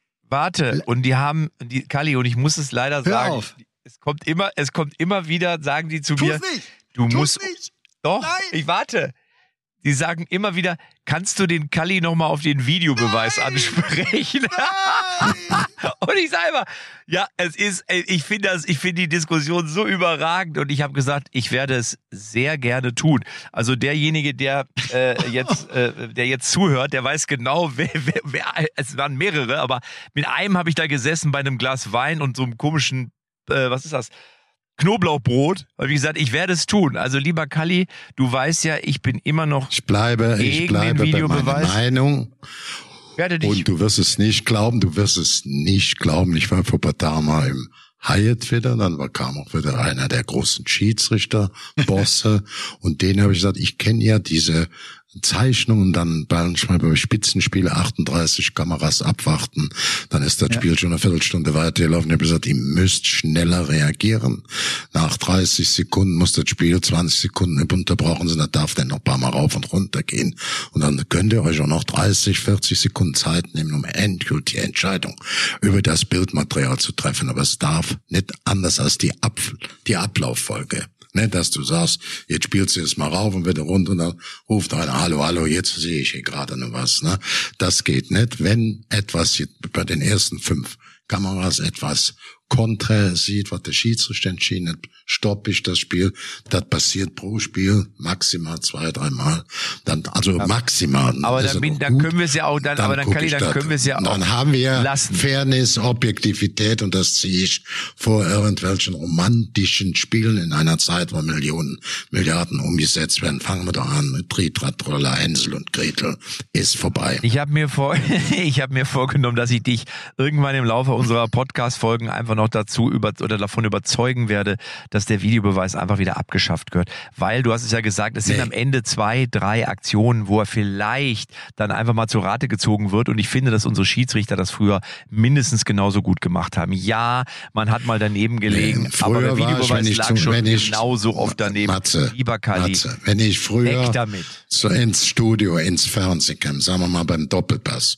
Warte, und die haben, die Kalli, und ich muss es leider
Hör
sagen,
auf.
es kommt immer, es kommt immer wieder, sagen die zu
Tu's
mir,
nicht.
du
Tu's
musst,
nicht.
doch,
Nein.
ich warte. Die sagen immer wieder, kannst du den Kalli nochmal auf den Videobeweis
Nein.
ansprechen?
Nein.
Und ich sage immer, ja, es ist, ey, ich finde das, ich finde die Diskussion so überragend, und ich habe gesagt, ich werde es sehr gerne tun. Also derjenige, der äh, jetzt, äh, der jetzt zuhört, der weiß genau, wer, wer, wer, es waren mehrere, aber mit einem habe ich da gesessen bei einem Glas Wein und so einem komischen, äh, was ist das? Knoblauchbrot. Und wie gesagt, ich werde es tun. Also lieber Kalli, du weißt ja, ich bin immer noch,
Ich bleibe,
Gegen
ich
den
bleibe bei meiner
Videobeweis?
Meinung.
werde dich,
Und du wirst es nicht glauben, du wirst es nicht glauben. Ich war vor ein paar Tagen mal im Hyatt wieder, dann war, kam auch wieder einer der großen Schiedsrichter, Bosse, und denen habe ich gesagt, ich kenne ja diese Zeichnungen, dann manchmal bei Spitzenspiele achtunddreißig Kameras abwarten, dann ist das ja. Spiel schon eine Viertelstunde weitergelaufen. Ich habe gesagt, ihr müsst schneller reagieren. Nach dreißig Sekunden muss das Spiel zwanzig Sekunden unterbrochen sein, das darf dann noch ein paar Mal rauf und runter gehen. Und dann könnt ihr euch auch noch dreißig, vierzig Sekunden Zeit nehmen, um endgültige Entscheidung über das Bildmaterial zu treffen. Aber es darf nicht anders als die, Ab- die Ablauffolge. Nicht, dass du sagst, jetzt spielst du es mal rauf und wieder runter und dann ruft einer, hallo, hallo, jetzt sehe ich hier gerade noch was. Ne? Das geht nicht. Wenn etwas jetzt bei den ersten fünf Kameras etwas konträr sieht, was der Schiedsrichter entschieden hat, stoppe ich das Spiel. Das passiert pro Spiel maximal zwei, dreimal. Dann, also ja. maximal.
Aber dann, bin, dann können wir es ja auch, dann, dann aber dann, Kalli, dann können wir es ja auch
Dann haben wir
lassen.
Fairness, Objektivität und das ziehe ich vor irgendwelchen romantischen Spielen in einer Zeit, wo Millionen, Milliarden umgesetzt werden. Fangen wir doch an mit Tritrat, Troller, Hänsel und Gretel. Ist vorbei.
Ich habe mir vor, ich habe mir vorgenommen, dass ich dich irgendwann im Laufe unserer Podcast-Folgen einfach noch dazu über oder davon überzeugen werde, dass der Videobeweis einfach wieder abgeschafft gehört. Weil, du hast es ja gesagt, es sind nee. am Ende zwei, drei Aktionen, wo er vielleicht dann einfach mal zur Rate gezogen wird. Und ich finde, dass unsere Schiedsrichter das früher mindestens genauso gut gemacht haben. Ja, man hat mal daneben gelegen, nee, aber der Videobeweis ich, lag zum, schon ich, genauso oft daneben.
Matze,
Lieber Kalli,
Matze, wenn ich früher so ins Studio, ins Fernsehen kam, sagen wir mal beim Doppelpass,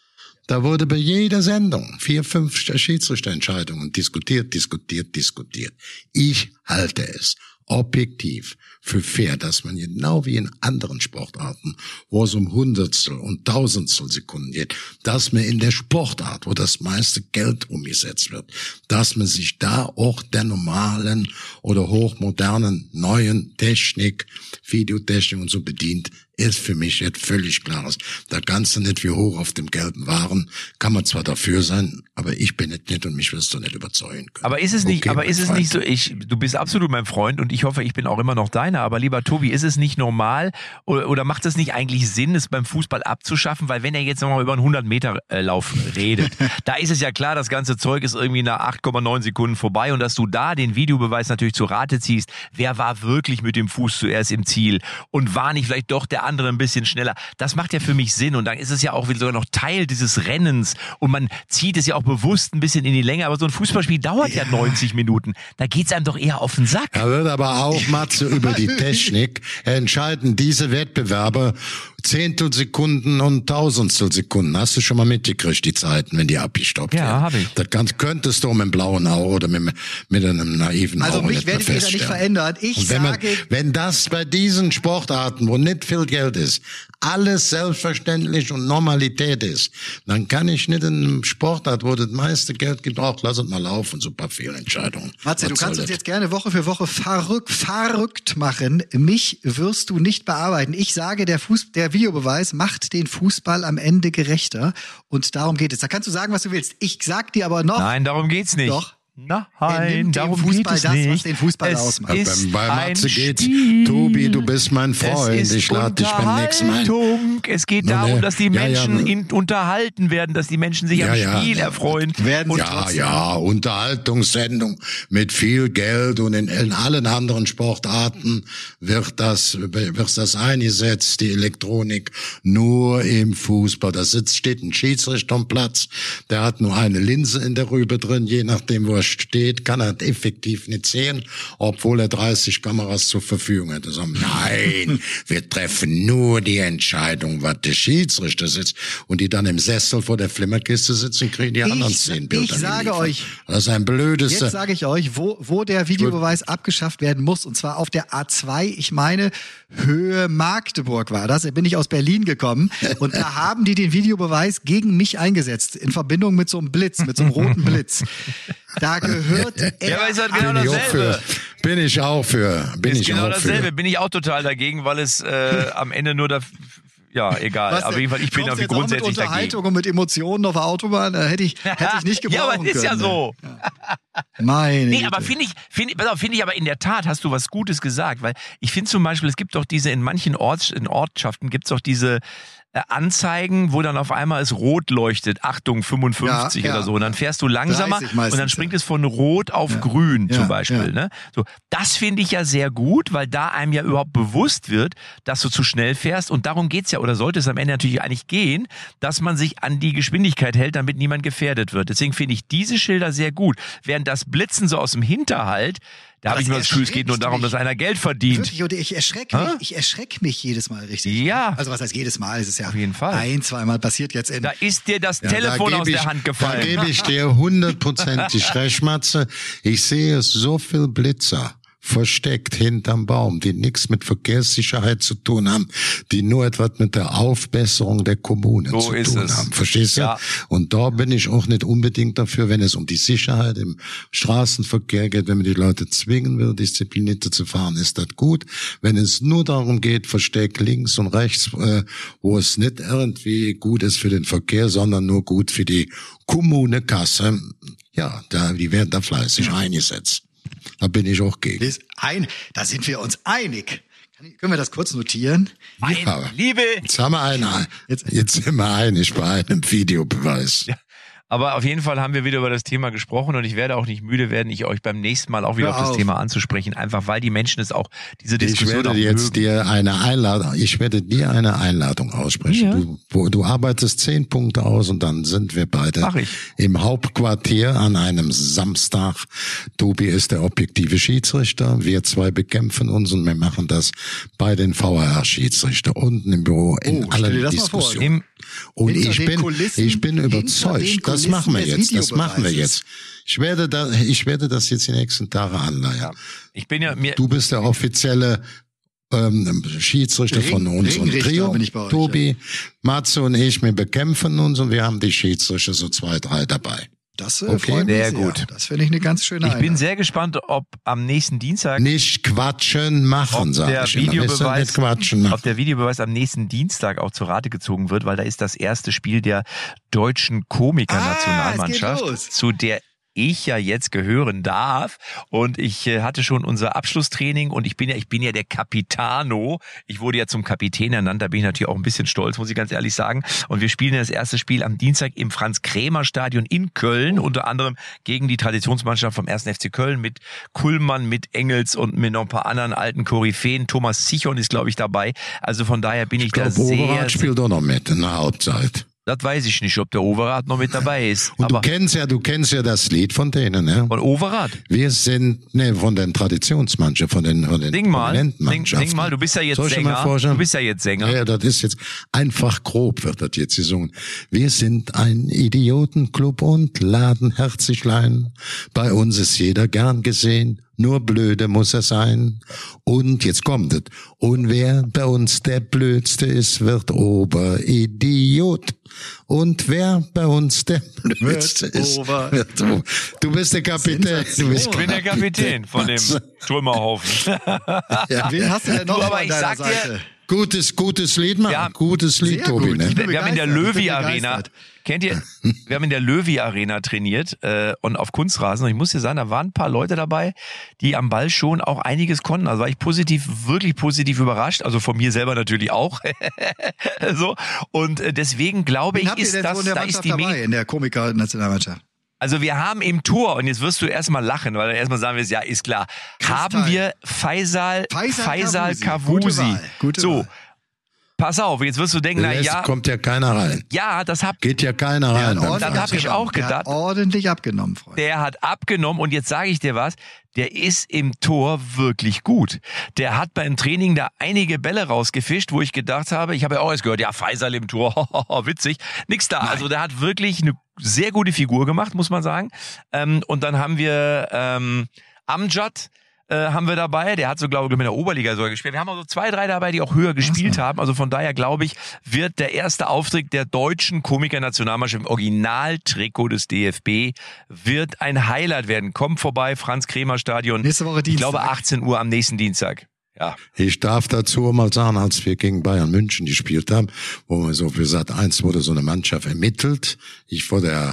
da wurde bei jeder Sendung vier, fünf Schiedsrichterentscheidungen diskutiert, diskutiert, diskutiert. Ich halte es objektiv für fair, dass man genau wie in anderen Sportarten, wo es um Hundertstel und Tausendstel Sekunden geht, dass man in der Sportart, wo das meiste Geld umgesetzt wird, dass man sich da auch der normalen oder hochmodernen neuen Technik, Videotechnik und so bedient, ist für mich jetzt völlig klar. Da kannst du nicht wie hoch auf dem gelben Waren, kann man zwar dafür sein, aber ich bin nicht nicht und mich wirst du nicht überzeugen können.
Aber ist es nicht,
okay,
aber ist es
Freund.
nicht so, ich, du bist absolut mein Freund und ich hoffe, ich bin auch immer noch deiner, aber lieber Tobi, ist es nicht normal oder, oder macht es nicht eigentlich Sinn, es beim Fußball abzuschaffen, weil wenn er jetzt nochmal über einen hundert Meter Lauf redet, da ist es ja klar, das ganze Zeug ist irgendwie nach acht Komma neun Sekunden vorbei und dass du da den Videobeweis natürlich zu Rate ziehst, wer war wirklich mit dem Fuß zuerst im Ziel und war nicht vielleicht doch der andere ein bisschen schneller. Das macht ja für mich Sinn und dann ist es ja auch wieder sogar noch Teil dieses Rennens und man zieht es ja auch bewusst ein bisschen in die Länge, aber so ein Fußballspiel dauert ja, ja neunzig Minuten. Da geht's einem doch eher auf den Sack.
Da wird aber auch, Matze, über die Technik entscheiden diese Wettbewerbe Zehntelsekunden und Tausendstel Sekunden. Hast du schon mal mitgekriegt, die Zeiten, wenn die abgestoppt werden?
Ja, habe ich.
Das kann, könntest du mit einem blauen Auge oder mit, mit einem naiven
also
Auge
mich
nicht
werde ich da nicht verändern. Ich
wenn
sage...
Man, wenn das bei diesen Sportarten, wo nicht viel Geld ist, alles selbstverständlich und Normalität ist, dann kann ich nicht in einem Sportart, wo das meiste Geld gibt, auch lass es mal laufen, so ein paar Fehlentscheidungen.
Matze, du kannst uns jetzt gerne Woche für Woche verrückt, verrückt machen. Mich wirst du nicht bearbeiten. Ich sage, der Fuß, der Videobeweis macht den Fußball am Ende gerechter und darum geht es. Da kannst du sagen, was du willst. Ich sag dir aber noch...
Nein, darum geht's nicht.
Doch.
Nein, darum
Fußball
geht es
das,
nicht.
was den Fußball
es
ausmacht.
Ist
bei bei Matze geht's.
Stil.
Tobi, du bist mein Freund.
Es ist
ich lade dich beim nächsten Mal.
Es geht
No,
darum,
ne.
dass die
Ja,
Menschen
ja.
in, unterhalten werden, dass die Menschen sich
Ja,
am
ja.
Spiel erfreuen.
Werden sie
Ja,
trotzdem.
ja, Unterhaltungssendung mit viel Geld und in, in allen anderen Sportarten wird das, wird das eingesetzt, die Elektronik, nur im Fußball. Da sitzt, steht ein Schiedsrichter am Platz, der hat nur eine Linse in der Rübe drin, je nachdem, wo er steht, kann er effektiv nicht sehen, obwohl er dreißig Kameras zur Verfügung hat. Er sagt, nein, wir treffen nur die Entscheidung, was der Schiedsrichter sitzt und die dann im Sessel vor der Flimmerkiste sitzen, kriegen die anderen
Ich,
zehn Bilder.
ich sage
geliefert.
euch,
das ist ein blödes.
jetzt sage ich euch, wo, wo der Videobeweis abgeschafft werden muss, und zwar auf der A zwei, ich meine, Höhe Magdeburg war das, da bin ich aus Berlin gekommen und da haben die den Videobeweis gegen mich eingesetzt, in Verbindung mit so einem Blitz, mit so einem roten Blitz. Da gehört er
Ja, aber ist halt genau
bin, ich auch
dasselbe.
für, bin ich auch für. Bin
Ist
ich
genau
auch
dasselbe.
für.
Bin ich auch total dagegen, weil es äh, am Ende nur da, ja, egal.
Was
Aber
denn?
jeden Fall, ich bin
Kommst
dafür
jetzt auch
grundsätzlich
mit Unterhaltung
dagegen.
und mit Emotionen auf der Autobahn, da hätte ich, hätte ich nicht gebrauchen
Ja, aber es ist ja
können.
so.
Meine
Nee,
Güte.
aber finde ich, finde ich, pass auf, finde ich aber in der Tat hast du was Gutes gesagt, weil ich finde zum Beispiel, es gibt doch diese, in manchen Orts, in Ortschaften gibt es doch diese, äh, Anzeigen, wo dann auf einmal es rot leuchtet, Achtung fünfundfünfzig
Ja, ja.
oder so. Und dann fährst du langsamer
dreißig meistens,
und dann springt
ja.
es von rot auf
Ja.
grün
Ja,
zum Beispiel.
ja.
Ne? So, das finde ich ja sehr gut, weil da einem ja überhaupt bewusst wird, dass du zu schnell fährst. Und darum geht's ja, oder sollte es am Ende natürlich eigentlich gehen, dass man sich an die Geschwindigkeit hält, damit niemand gefährdet wird. Deswegen finde ich diese Schilder sehr gut. Während das Blitzen so aus dem Hinterhalt, da habe ich nur das Gefühl, es geht nur darum, dass einer Geld verdient.
Wirklich, und ich erschrecke mich, ich erschrecke mich jedes Mal richtig.
Ja.
Also was heißt jedes Mal? Es ist ja
Auf jeden Fall.
ein, zweimal passiert jetzt in.
Da ist dir das
Ja,
Telefon
da
aus
geb
der
ich,
Hand
Da
gefallen.
gebe ich dir hundertprozentig recht, Matze. Ich sehe so viel Blitzer versteckt hinterm Baum, die nichts mit Verkehrssicherheit zu tun haben, die nur etwas mit der Aufbesserung der Kommune
So
zu
ist
tun
es.
haben. Verstehst du?
Ja.
Und da bin ich auch nicht unbedingt dafür, wenn es um die Sicherheit im Straßenverkehr geht, wenn man die Leute zwingen will, disziplinierter zu fahren, ist das gut. Wenn es nur darum geht, versteckt links und rechts, äh, wo es nicht irgendwie gut ist für den Verkehr, sondern nur gut für die Kommunekasse, ja, da, die werden da fleißig eingesetzt. Da bin ich auch gegen.
Das ein, da sind wir uns einig. Kann ich, können wir das kurz notieren?
Mein
Ja.
Liebe,
Jetzt haben wir einen,
Jetzt-
jetzt sind wir einig bei einem Videobeweis.
aber auf jeden Fall haben wir wieder über das Thema gesprochen und ich werde auch nicht müde werden, ich euch beim nächsten Mal auch wieder
Hör
auf das
auf.
Thema anzusprechen, einfach weil die Menschen es auch, diese
Ich
Diskussion
werde
auch
jetzt
mögen.
dir eine Einladung, ich werde dir eine Einladung aussprechen.
Ja.
Du, wo, du arbeitest zehn Punkte aus und dann sind wir beide
Mach ich.
im Hauptquartier an einem Samstag. Tobi ist der objektive Schiedsrichter. Wir zwei bekämpfen uns und wir machen das bei den V R R-Schiedsrichter unten im Büro in
Oh, stell dir
allen
das mal vor.
Diskussionen.
Im,
Und
Hinter
ich
den
bin,
Kulissen-
ich bin
hinter den
überzeugt. Das
Kulissen
machen wir
des
jetzt. Das machen wir
Videobeweises.
jetzt. Ich werde da, ich werde das jetzt die nächsten Tage anleiern.
ich bin ja mir,
Du bist der offizielle ähm, Schiedsrichter
Ring-
von unserem
Ringrichter
Trio.
bin ich bei euch,
Tobi, Matze und ich, wir bekämpfen uns und wir haben die Schiedsrichter so zwei, drei dabei.
Das äh,
Okay.
freut mich
Sehr
sehr.
gut.
Das finde ich eine ganz schöne
ich bin
Einladung.
sehr gespannt, ob am nächsten Dienstag
Nicht quatschen, machen,
ob
sag
der,
ich immer. Wisst ihr,
Videobeweis,
Nicht quatschen, machen.
ob der Videobeweis am nächsten Dienstag auch zu Rate gezogen wird, weil da ist das erste Spiel der deutschen Komiker-Nationalmannschaft,
Ah, es geht los.
zu der ich ja jetzt gehören darf. Und ich äh, hatte schon unser Abschlusstraining und ich bin ja, ich bin ja der Capitano. Ich wurde ja zum Kapitän ernannt, da bin ich natürlich auch ein bisschen stolz, muss ich ganz ehrlich sagen. Und wir spielen das erste Spiel am Dienstag im Franz-Krämer-Stadion in Köln, unter anderem gegen die Traditionsmannschaft vom ersten F C Köln mit Kullmann, mit Engels und mit noch ein paar anderen alten Koryphäen. Thomas Zichon ist, glaube ich, dabei. Also von daher bin ich,
Ich
da
glaube,
sehr,
Overath spielt auch noch mit in der Halbzeit.
das weiß ich nicht, ob der Overath noch mit dabei ist.
Und
Aber
du kennst ja, du kennst ja das Lied von denen, ne?
von Overath?
Wir sind, ne, von den Traditionsmannschaften, von den, von den
Sing mal, sing,
Prominentenmannschaften.
sing mal, du bist ja jetzt
Soll ich dir mal
Sänger.
vorstellen?
Du bist ja jetzt Sänger.
Ja, das ist jetzt einfach grob, wird das jetzt gesungen. Wir sind ein Idiotenclub und laden herzlich ein. Bei uns ist jeder gern gesehen, nur blöde muss er sein. Und jetzt kommt es. Und wer bei uns der Blödste ist, wird Oberidiot. Und wer bei uns der Blödste
Wird
ist,
Ober-
wird Ober. Du bist der Kapitän. Du bist
Ich bin der Kapitän von dem Trümmerhaufen.
Ja.
Wen hast du denn noch
Du, aber
an
ich
deiner
sag dir-
Seite?
Gutes, gutes Lied, Mann.
Ja,
gutes Lied,
sehr
Tobi,
gut.
ne?
Ich bin
Wir haben in der
begeistert, ich bin
Löwy-Arena,
begeistert.
kennt ihr, wir haben in der Löwy-Arena trainiert äh, und auf Kunstrasen. Und ich muss dir sagen, da waren ein paar Leute dabei, die am Ball schon auch einiges konnten. Also war ich positiv, wirklich positiv überrascht. Also von mir selber natürlich auch. so. Und äh, deswegen glaube
Wen
ich,
habt ihr
ist
denn
das,
so in der
da ist
Mannschaft
die
dabei,
Menge.
in der Komiker-Nationalmannschaft?
Also wir haben im Tor, und jetzt wirst du erstmal lachen, weil dann erstmal sagen wir es, ja, ist klar, haben wir Faisal,
Faisal
Faisal
Kavusi.
Kavusi.
Gute Wahl, gute
so,
Wahl.
pass auf, jetzt wirst du denken, na
Lässt,
ja,
kommt ja keiner rein.
ja, das hab
Geht ja keiner
Der
rein.
hat
beim
ordentlich
dann hab ich
abgenommen.
auch
Der hat
gedacht-
ordentlich abgenommen, Freunde.
der hat abgenommen und jetzt sage ich dir was, der ist im Tor wirklich gut. Der hat beim Training da einige Bälle rausgefischt, wo ich gedacht habe, ich habe ja auch erst gehört, ja, Faisal im Tor, witzig, nix da. Also der hat wirklich eine sehr gute Figur gemacht, muss man sagen. Ähm, und dann haben wir ähm, Amjad, äh, haben wir dabei, der hat so, glaube ich, mit der Oberliga sogar gespielt. Wir haben also zwei, drei dabei, die auch höher gespielt haben. Also von daher, glaube ich, wird der erste Auftritt der deutschen Komiker-Nationalmannschaft im Originaltrikot des D F B wird ein Highlight werden. Kommt vorbei, Franz-Krämer-Stadion.
Nächste Woche
Ich
Dienstag.
glaube achtzehn Uhr am nächsten Dienstag. Ja.
Ich darf dazu mal sagen, als wir gegen Bayern München gespielt haben, wo wir so für Sat eins wurde so eine Mannschaft ermittelt. Ich vor der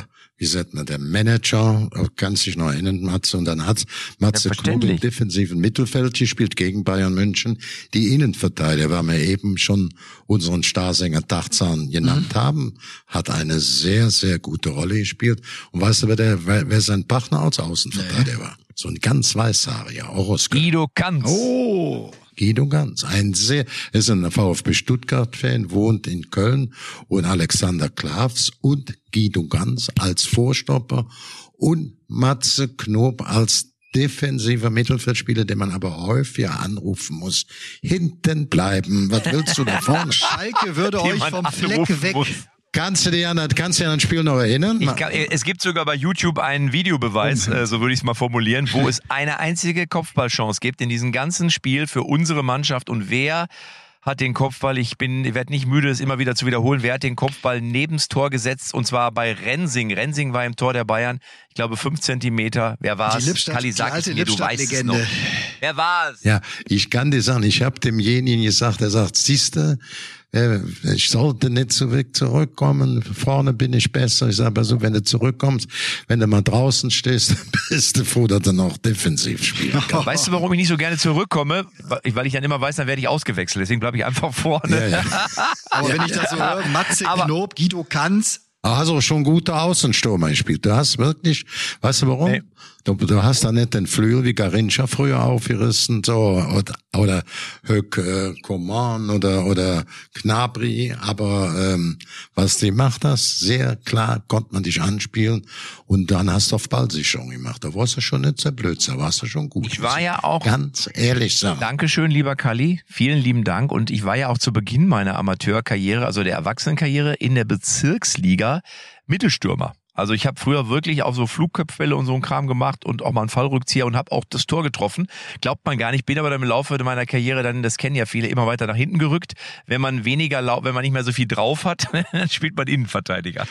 wie sagt man, der Manager, kannst dich noch erinnern, Matze, und dann hat Matze Knob im defensiven Mittelfeld gespielt gegen Bayern München. Die Innenverteidiger, weil wir eben schon unseren Starsänger Tarzan genannt mhm. haben, hat eine sehr, sehr gute Rolle gespielt. Und weißt du, wer, der, wer, wer sein Partner als Außenverteidiger nee. war? So ein ganz weißhaariger, auch aus Köln.
Guido Kanz.
Oh, Guido Kanz. Ein sehr, ist ein VfB Stuttgart-Fan, wohnt in Köln, und Alexander Klavs und Guido Kanz als Vorstopper und Matze Knob als defensiver Mittelfeldspieler, den man aber häufiger anrufen muss. Hinten bleiben. Was willst du da vorne?
Schalke würde euch vom Fleck weg.
Muss. Kannst du dich an, kannst du dich an ein Spiel noch erinnern?
Ich kann, es gibt sogar bei YouTube einen Videobeweis, äh, so würde ich es mal formulieren, wo es eine einzige Kopfballchance gibt in diesem ganzen Spiel für unsere Mannschaft. Und wer hat den Kopfball, ich bin, ich werde nicht müde, es immer wieder zu wiederholen, wer hat den Kopfball nebens Tor gesetzt, und zwar bei Rensing. Rensing war im Tor der Bayern, ich glaube fünf Zentimeter. Wer war es? Kalli, sag es mir, du weißt es noch. Wer war es?
Ja, ich kann dir sagen, ich habe demjenigen gesagt, er sagt, siehste, ich sollte nicht zurück zurückkommen, vorne bin ich besser. Ich sage aber so, wenn du zurückkommst, wenn du mal draußen stehst, bist du froh, dass du noch defensiv spielen kannst.
Weißt du, warum ich nicht so gerne zurückkomme? Weil ich dann immer weiß, dann werde ich ausgewechselt. Deswegen bleibe ich einfach vorne.
Ja, ja.
Aber wenn ich das so höre, Matze Knob, Guido Kanz.
Also schon gute Außenstürmer gespielt. Du hast wirklich, weißt du warum? Nee. Du, du hast da nicht den Flügel wie Garincha früher aufgerissen, so, oder, oder Höck, äh, Coman oder, oder Gnabry, aber, ähm, was die macht das, sehr klar konnte man dich anspielen, und dann hast du auf Ballsicherung gemacht. Da warst du schon nicht sehr blöd, da warst du schon gut.
Ich war ja auch,
ganz ehrlich sagen.
Dankeschön, lieber Kalli, vielen lieben Dank, und ich war ja auch zu Beginn meiner Amateurkarriere, also der Erwachsenenkarriere, in der Bezirksliga Mittelstürmer. Also ich habe früher wirklich auf so Flugköpfbälle und so einen Kram gemacht und auch mal einen Fallrückzieher und habe auch das Tor getroffen. Glaubt man gar nicht, bin aber dann im Laufe meiner Karriere dann, das kennen ja viele, immer weiter nach hinten gerückt. Wenn man weniger, wenn man nicht mehr so viel drauf hat, dann spielt man Innenverteidiger.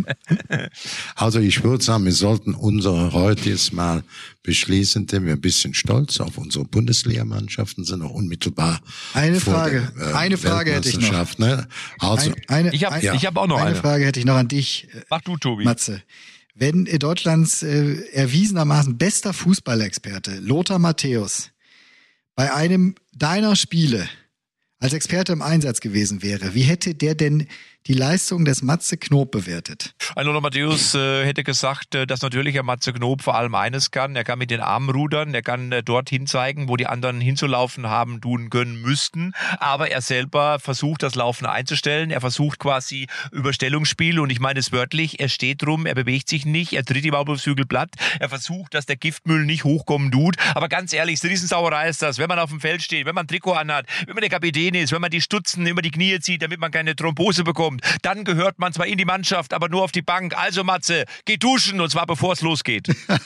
Also ich würde sagen, wir sollten unsere heutiges Mal beschließen, denn wir ein bisschen stolz auf unsere Bundesligamannschaften sind, auch unmittelbar.
Eine
vor
Frage,
der, äh,
eine Frage hätte ich noch.
Ne? Also,
ein, eine,
ich habe
ein,
ich hab auch noch eine.
Eine Frage hätte ich noch an dich.
Mach du, Tobi.
Matze. Wenn Deutschlands äh, erwiesenermaßen bester Fußballexperte Lothar Matthäus bei einem deiner Spiele als Experte im Einsatz gewesen wäre, wie hätte der denn die Leistung des Matze Knob bewertet?
Ein Lothar Matthäus äh, hätte gesagt, äh, dass natürlich der Matze Knob vor allem eines kann. Er kann mit den Armen rudern, er kann äh, dorthin zeigen, wo die anderen hinzulaufen haben, tun können müssten. Aber er selber versucht, das Laufen einzustellen. Er versucht quasi Überstellungsspiel, und ich meine es wörtlich, er steht drum, er bewegt sich nicht, er tritt ihm auf das Hügelblatt. Er versucht, dass der Giftmüll nicht hochkommen tut. Aber ganz ehrlich, so Riesensauerei ist das, wenn man auf dem Feld steht, wenn man ein Trikot anhat, wenn man der Kapitän ist, wenn man die Stutzen über die Knie zieht, damit man keine Thrombose bekommt. Dann gehört man zwar in die Mannschaft, aber nur auf die Bank. Also Matze, geh duschen, und zwar bevor es losgeht.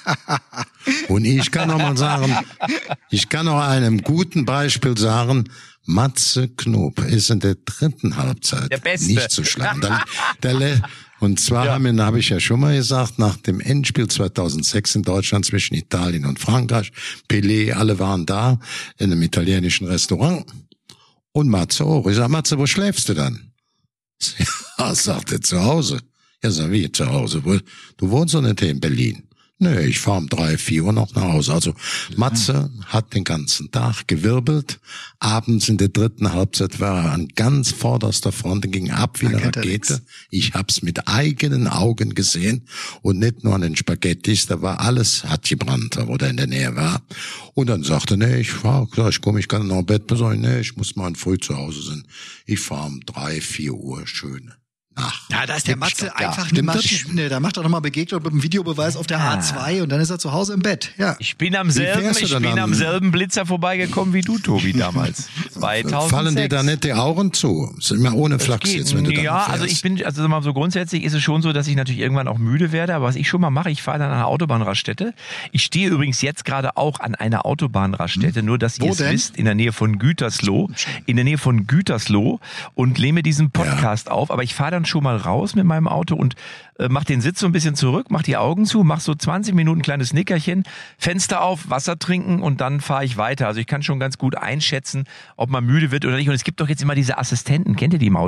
Und ich kann noch mal sagen, ich kann noch einem guten Beispiel sagen, Matze Knob ist in der dritten Halbzeit
der Beste.
Nicht zu schlagen. Der, der, und zwar ja. haben, habe ich ja schon mal gesagt, nach dem Endspiel zweitausendsechs in Deutschland zwischen Italien und Frankreich, Pelé, alle waren da in einem italienischen Restaurant. Und Matze auch. Ich sag, Matze, wo schläfst du dann? Ja, sagt er, zu Hause. Ja, sag, wie zu Hause? Du wohnst doch nicht hier in Berlin. Nö, ich fahre um drei, vier Uhr noch nach Hause. Also Matze hat den ganzen Tag gewirbelt. Abends in der dritten Halbzeit war er an ganz vorderster Front und ging ab wie eine Rakete. Ich hab's mit eigenen Augen gesehen und nicht nur an den Spaghettis. Da war alles, hat gebrannt, wo der in der Nähe war. Und dann sagte er, nee, ich fahr, ich komme, ich kann noch im Bett besorgen. Nee, ich muss mal früh zu Hause sein. Ich fahre um drei, vier Uhr schön. Ach,
ja, da ist der Matze doch, einfach ja. eine Maschine. Da macht er nochmal Begegnung mit dem Videobeweis auf der ja. A zwei und dann ist er zu Hause im Bett. Ja.
Ich bin am selben, ich bin am selben Blitzer vorbeigekommen wie du, Tobi, damals. zweitausendsechs.
Fallen dir da nicht die Augen zu? Sind immer ohne Flachs jetzt, wenn du dann
Ja,
fährst.
also ich bin, also mal so grundsätzlich ist es schon so, dass ich natürlich irgendwann auch müde werde. Aber was ich schon mal mache, ich fahre dann an einer Autobahnraststätte. Ich stehe übrigens jetzt gerade auch an einer Autobahnraststätte, hm. nur dass ihr es wisst, in der Nähe von Gütersloh, in der Nähe von Gütersloh und nehme diesen Podcast ja. auf. Aber ich fahre dann schon mal raus mit meinem Auto und äh, mach den Sitz so ein bisschen zurück, mach die Augen zu, mach so zwanzig Minuten ein kleines Nickerchen, Fenster auf, Wasser trinken und dann fahre ich weiter. Also ich kann schon ganz gut einschätzen, ob man müde wird oder nicht. Und es gibt doch jetzt immer diese Assistenten, kennt ihr die im Auto?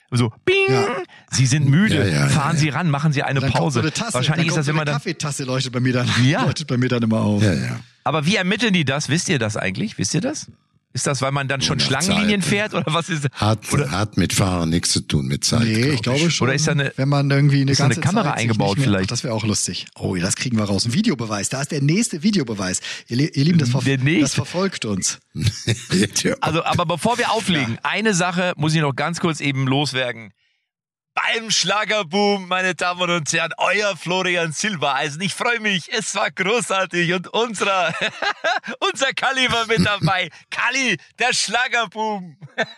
So, bing, ja. Sie sind müde,
ja, ja,
fahren
ja,
Sie
ja.
ran, machen Sie eine
dann
Pause.
Kommt so eine Tasse,
Wahrscheinlich
dann
ist das
kommt so
immer
eine
dann.
Kaffeetasse leuchtet bei mir dann,
Ja.
leuchtet bei mir dann immer auf.
Ja, ja.
Aber wie ermitteln die das? Wisst ihr das eigentlich? Wisst ihr das? Ist das, weil man dann schon
Ohne
Schlangenlinien
Zeit,
fährt oder was ist?
Hat,
Oder,
hat mit Fahren nichts zu tun, mit Zeit.
Nee, ich glaube schon.
Oder ist da eine-
wenn man irgendwie eine
ist da eine
ganze
Kamera
Zeit sich
eingebaut
nicht mehr,
vielleicht?
Ach, das wäre auch lustig. Oh, das kriegen wir raus. Ein Videobeweis. Da ist der nächste Videobeweis. Ihr, ihr Lieben, das, ver
Der nächste.
das verfolgt uns.
Ja.
Also, aber bevor wir auflegen, eine Sache muss ich noch ganz kurz eben loswerden. Beim Schlagerboom, meine Damen und Herren, euer Florian Silbereisen. Ich freue mich, es war großartig und unserer, unser Kalli war mit dabei. Kalli, der Schlagerboom.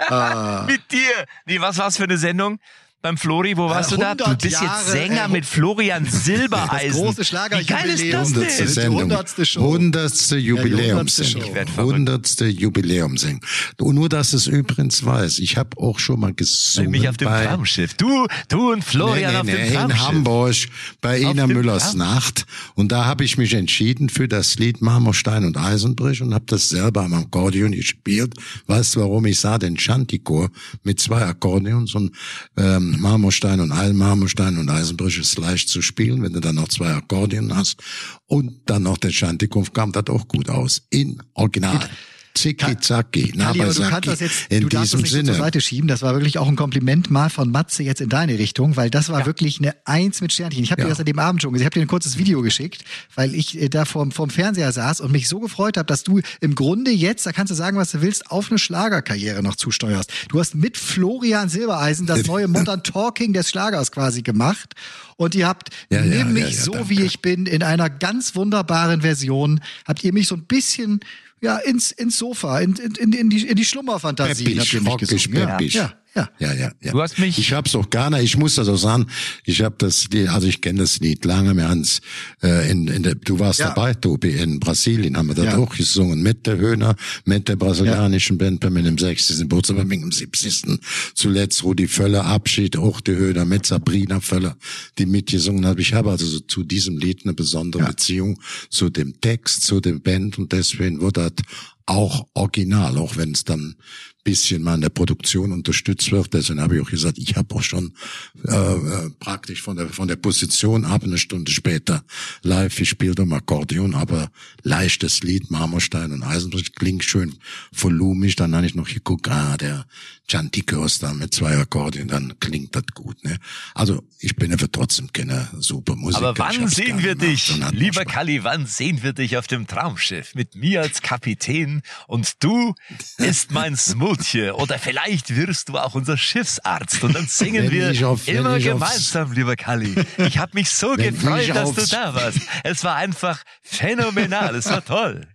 Ah.
Mit dir. Nee, was war's für eine Sendung? Beim Flori, wo warst du da? Du
hundert
bist
Jahre,
jetzt Sänger
äh,
mit Florian Silbereisen.
Das große Schlager-
Wie geil ist das
Hundertste
denn?
Die
Sendung.
hundertste Show.
Hundertste Jubiläumssendung.
Ja, die hundertste Show.
Ich werd verrückt.
Hundertste Jubiläumssendung. Und nur, dass es übrigens weiß, ich habe auch schon mal gesungen
Mich auf dem
bei
Traumschiff. Du, du und Florian
nee,
auf
nee,
dem
nee,
Traumschiff.
in Hamburg bei
Auf
Ina
dem
Müllers
Traum-
Nacht. Und da habe ich mich entschieden für das Lied Marmorstein und Eisenbrich und habe das selber am Akkordeon gespielt. Weißt du, warum? Ich sah den Chantichor mit zwei Akkordeons und ähm, Marmorstein und Eisen, Marmorstein und Eisenbrich ist leicht zu spielen, wenn du dann noch zwei Akkordeon hast. Und dann noch der Chantichor, kam das auch gut aus. In Original. Zicki zacki,
Kalli, aber du kannst
Nabasaki.
das jetzt,
In
du darfst das
diesem
nicht so zur
Sinne.
Seite schieben. Das war wirklich auch ein Kompliment mal von Matze jetzt in deine Richtung, weil das war wirklich eine Eins mit Sternchen. Ich habe dir
Ja.
das an dem Abend schon gesehen. Ich habe dir ein kurzes Video geschickt, weil ich äh, da vorm, vorm Fernseher saß und mich so gefreut habe, dass du im Grunde jetzt, da kannst du sagen, was du willst, auf eine Schlagerkarriere noch zusteuerst. Du hast mit Florian Silbereisen das neue Modern Talking des Schlagers quasi gemacht. Und ihr habt
Ja, ja,
Nimm
ja,
mich
ja,
so,
danke.
wie ich bin, in einer ganz wunderbaren Version, habt ihr mich so ein bisschen ja, ins, ins Sofa, in, in, in, die, in die Schlummerfantasie habt ihr mich
rockig,
gesungen. Ja,
peppisch.
ja, ja.
Ja, ja, ja.
Du hast mich-
Ich hab's auch gerne. Ich muss das auch sagen. Ich habe das Lied, also ich kenne das Lied lange. Wir haben's äh, in, in der, du warst
Ja.
dabei, Tobi, in Brasilien haben wir das
Ja.
auch gesungen mit der Höhner, mit der brasilianischen Band bei meinem sechzigsten Geburtstag, bei meinem siebzigsten Zuletzt Rudi Völler, Abschied, auch die Höhner mit Sabrina Völler, die mitgesungen hat. Ich habe also so zu diesem Lied eine besondere
Ja.
Beziehung zu dem Text, zu der Band und deswegen wurde das auch original, auch wenn es dann bisschen mal in der Produktion unterstützt wird. Deswegen habe ich auch gesagt, ich habe auch schon äh, äh, praktisch von der von der Position ab eine Stunde später live gespielt am Akkordeon, aber leichtes Lied, Marmorstein und Eisenbrich, klingt schön volumig. Dann habe ich noch geguckt, ah, der Chantichor da mit zwei Akkordeon, dann klingt das gut. Ne? Also ich bin aber trotzdem keine super Musiker.
Aber
Ich
wann
hab's
sehen
gerne
wir
gemacht
dich,
und hat mir
lieber
Spaß.
Kalli, wann sehen wir dich auf dem Traumschiff? Mit mir als Kapitän und du ist mein Smoothie. Oder vielleicht wirst du auch unser Schiffsarzt und dann singen
Wenn
wir
ich auf- wenn
immer
ich aufs-
gemeinsam, lieber Kalli. Ich habe mich so
Wenn
gefreut,
ich
dass du
aufs-
da warst. Es war einfach phänomenal, es war toll.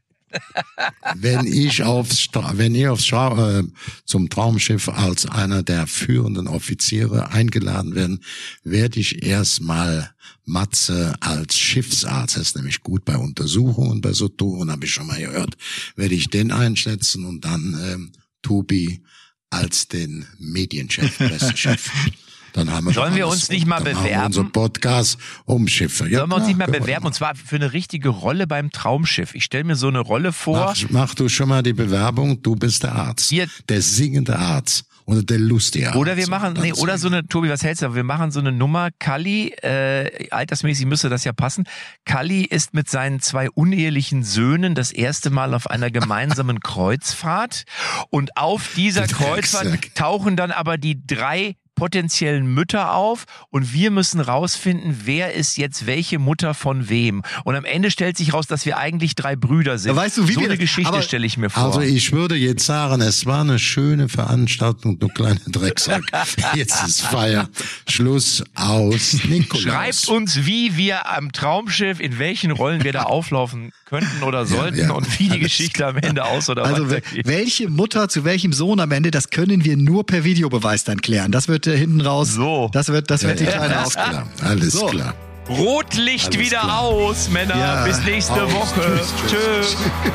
Wenn ich aufs, Stra- wenn ihr aufs Stra- äh, zum Traumschiff als einer der führenden Offiziere eingeladen werden, werde ich erstmal Matze als Schiffsarzt, das ist nämlich gut bei Untersuchungen, bei so Touren, habe ich schon mal gehört, werde ich den einschätzen und dann ähm, Tobi als den Medienchef, Pressechef. Dann haben wir
Sollen
doch
wir
alles
uns nicht mal
Dann machen wir
bewerben?
unseren Podcast um Schiffe. Ja,
Sollen wir uns
klar,
nicht mal
können wir
bewerben?
doch
Und zwar für eine richtige Rolle beim Traumschiff. Ich stelle mir so eine Rolle vor.
Mach, mach du schon mal die Bewerbung, du bist der Arzt.
Ihr-
Der singende Arzt. Oder der lustige Arzt.
Oder wir machen,
Dann
nee, oder so eine, Tobi, was hältst du? Wir machen so eine Nummer, Kalli, äh, altersmäßig müsste das ja passen. Kalli ist mit seinen zwei unehelichen Söhnen das erste Mal auf einer gemeinsamen Kreuzfahrt und auf dieser
Die
Kreuzfahrt
Drecksack.
tauchen dann aber die drei potenziellen Mütter auf und wir müssen rausfinden, wer ist jetzt welche Mutter von wem. Und am Ende stellt sich raus, dass wir eigentlich drei Brüder sind.
Ja, weißt du, wie
so
wir
eine
das-
Geschichte
aber-
stelle ich mir vor.
Also ich würde jetzt sagen, es war eine schöne Veranstaltung, du kleiner Drecksack. Jetzt ist Feier. Schluss aus. Nikolaus.
Schreibt uns, wie wir am Traumschiff, in welchen Rollen wir da auflaufen könnten oder sollten
ja,
und wie die
alles
Geschichte am Ende aus oder
Also wel-
weitergeht.
welche Mutter zu welchem Sohn am Ende, das können wir nur per Videobeweis dann klären. Das wird äh, hinten raus.
So.
Das wird, das wird die
Ja,
kleine
alles
Aufgabe.
klar. Alles
So.
klar.
Rotlicht
Alles
wieder
klar.
aus, Männer.
Ja,
Bis nächste
aus.
Woche. Tschüss.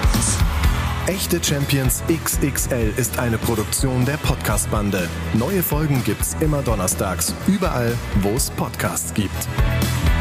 Echte Champions X X L ist eine Produktion der Podcast-Bande. Neue Folgen gibt's immer donnerstags, überall, wo es Podcasts gibt.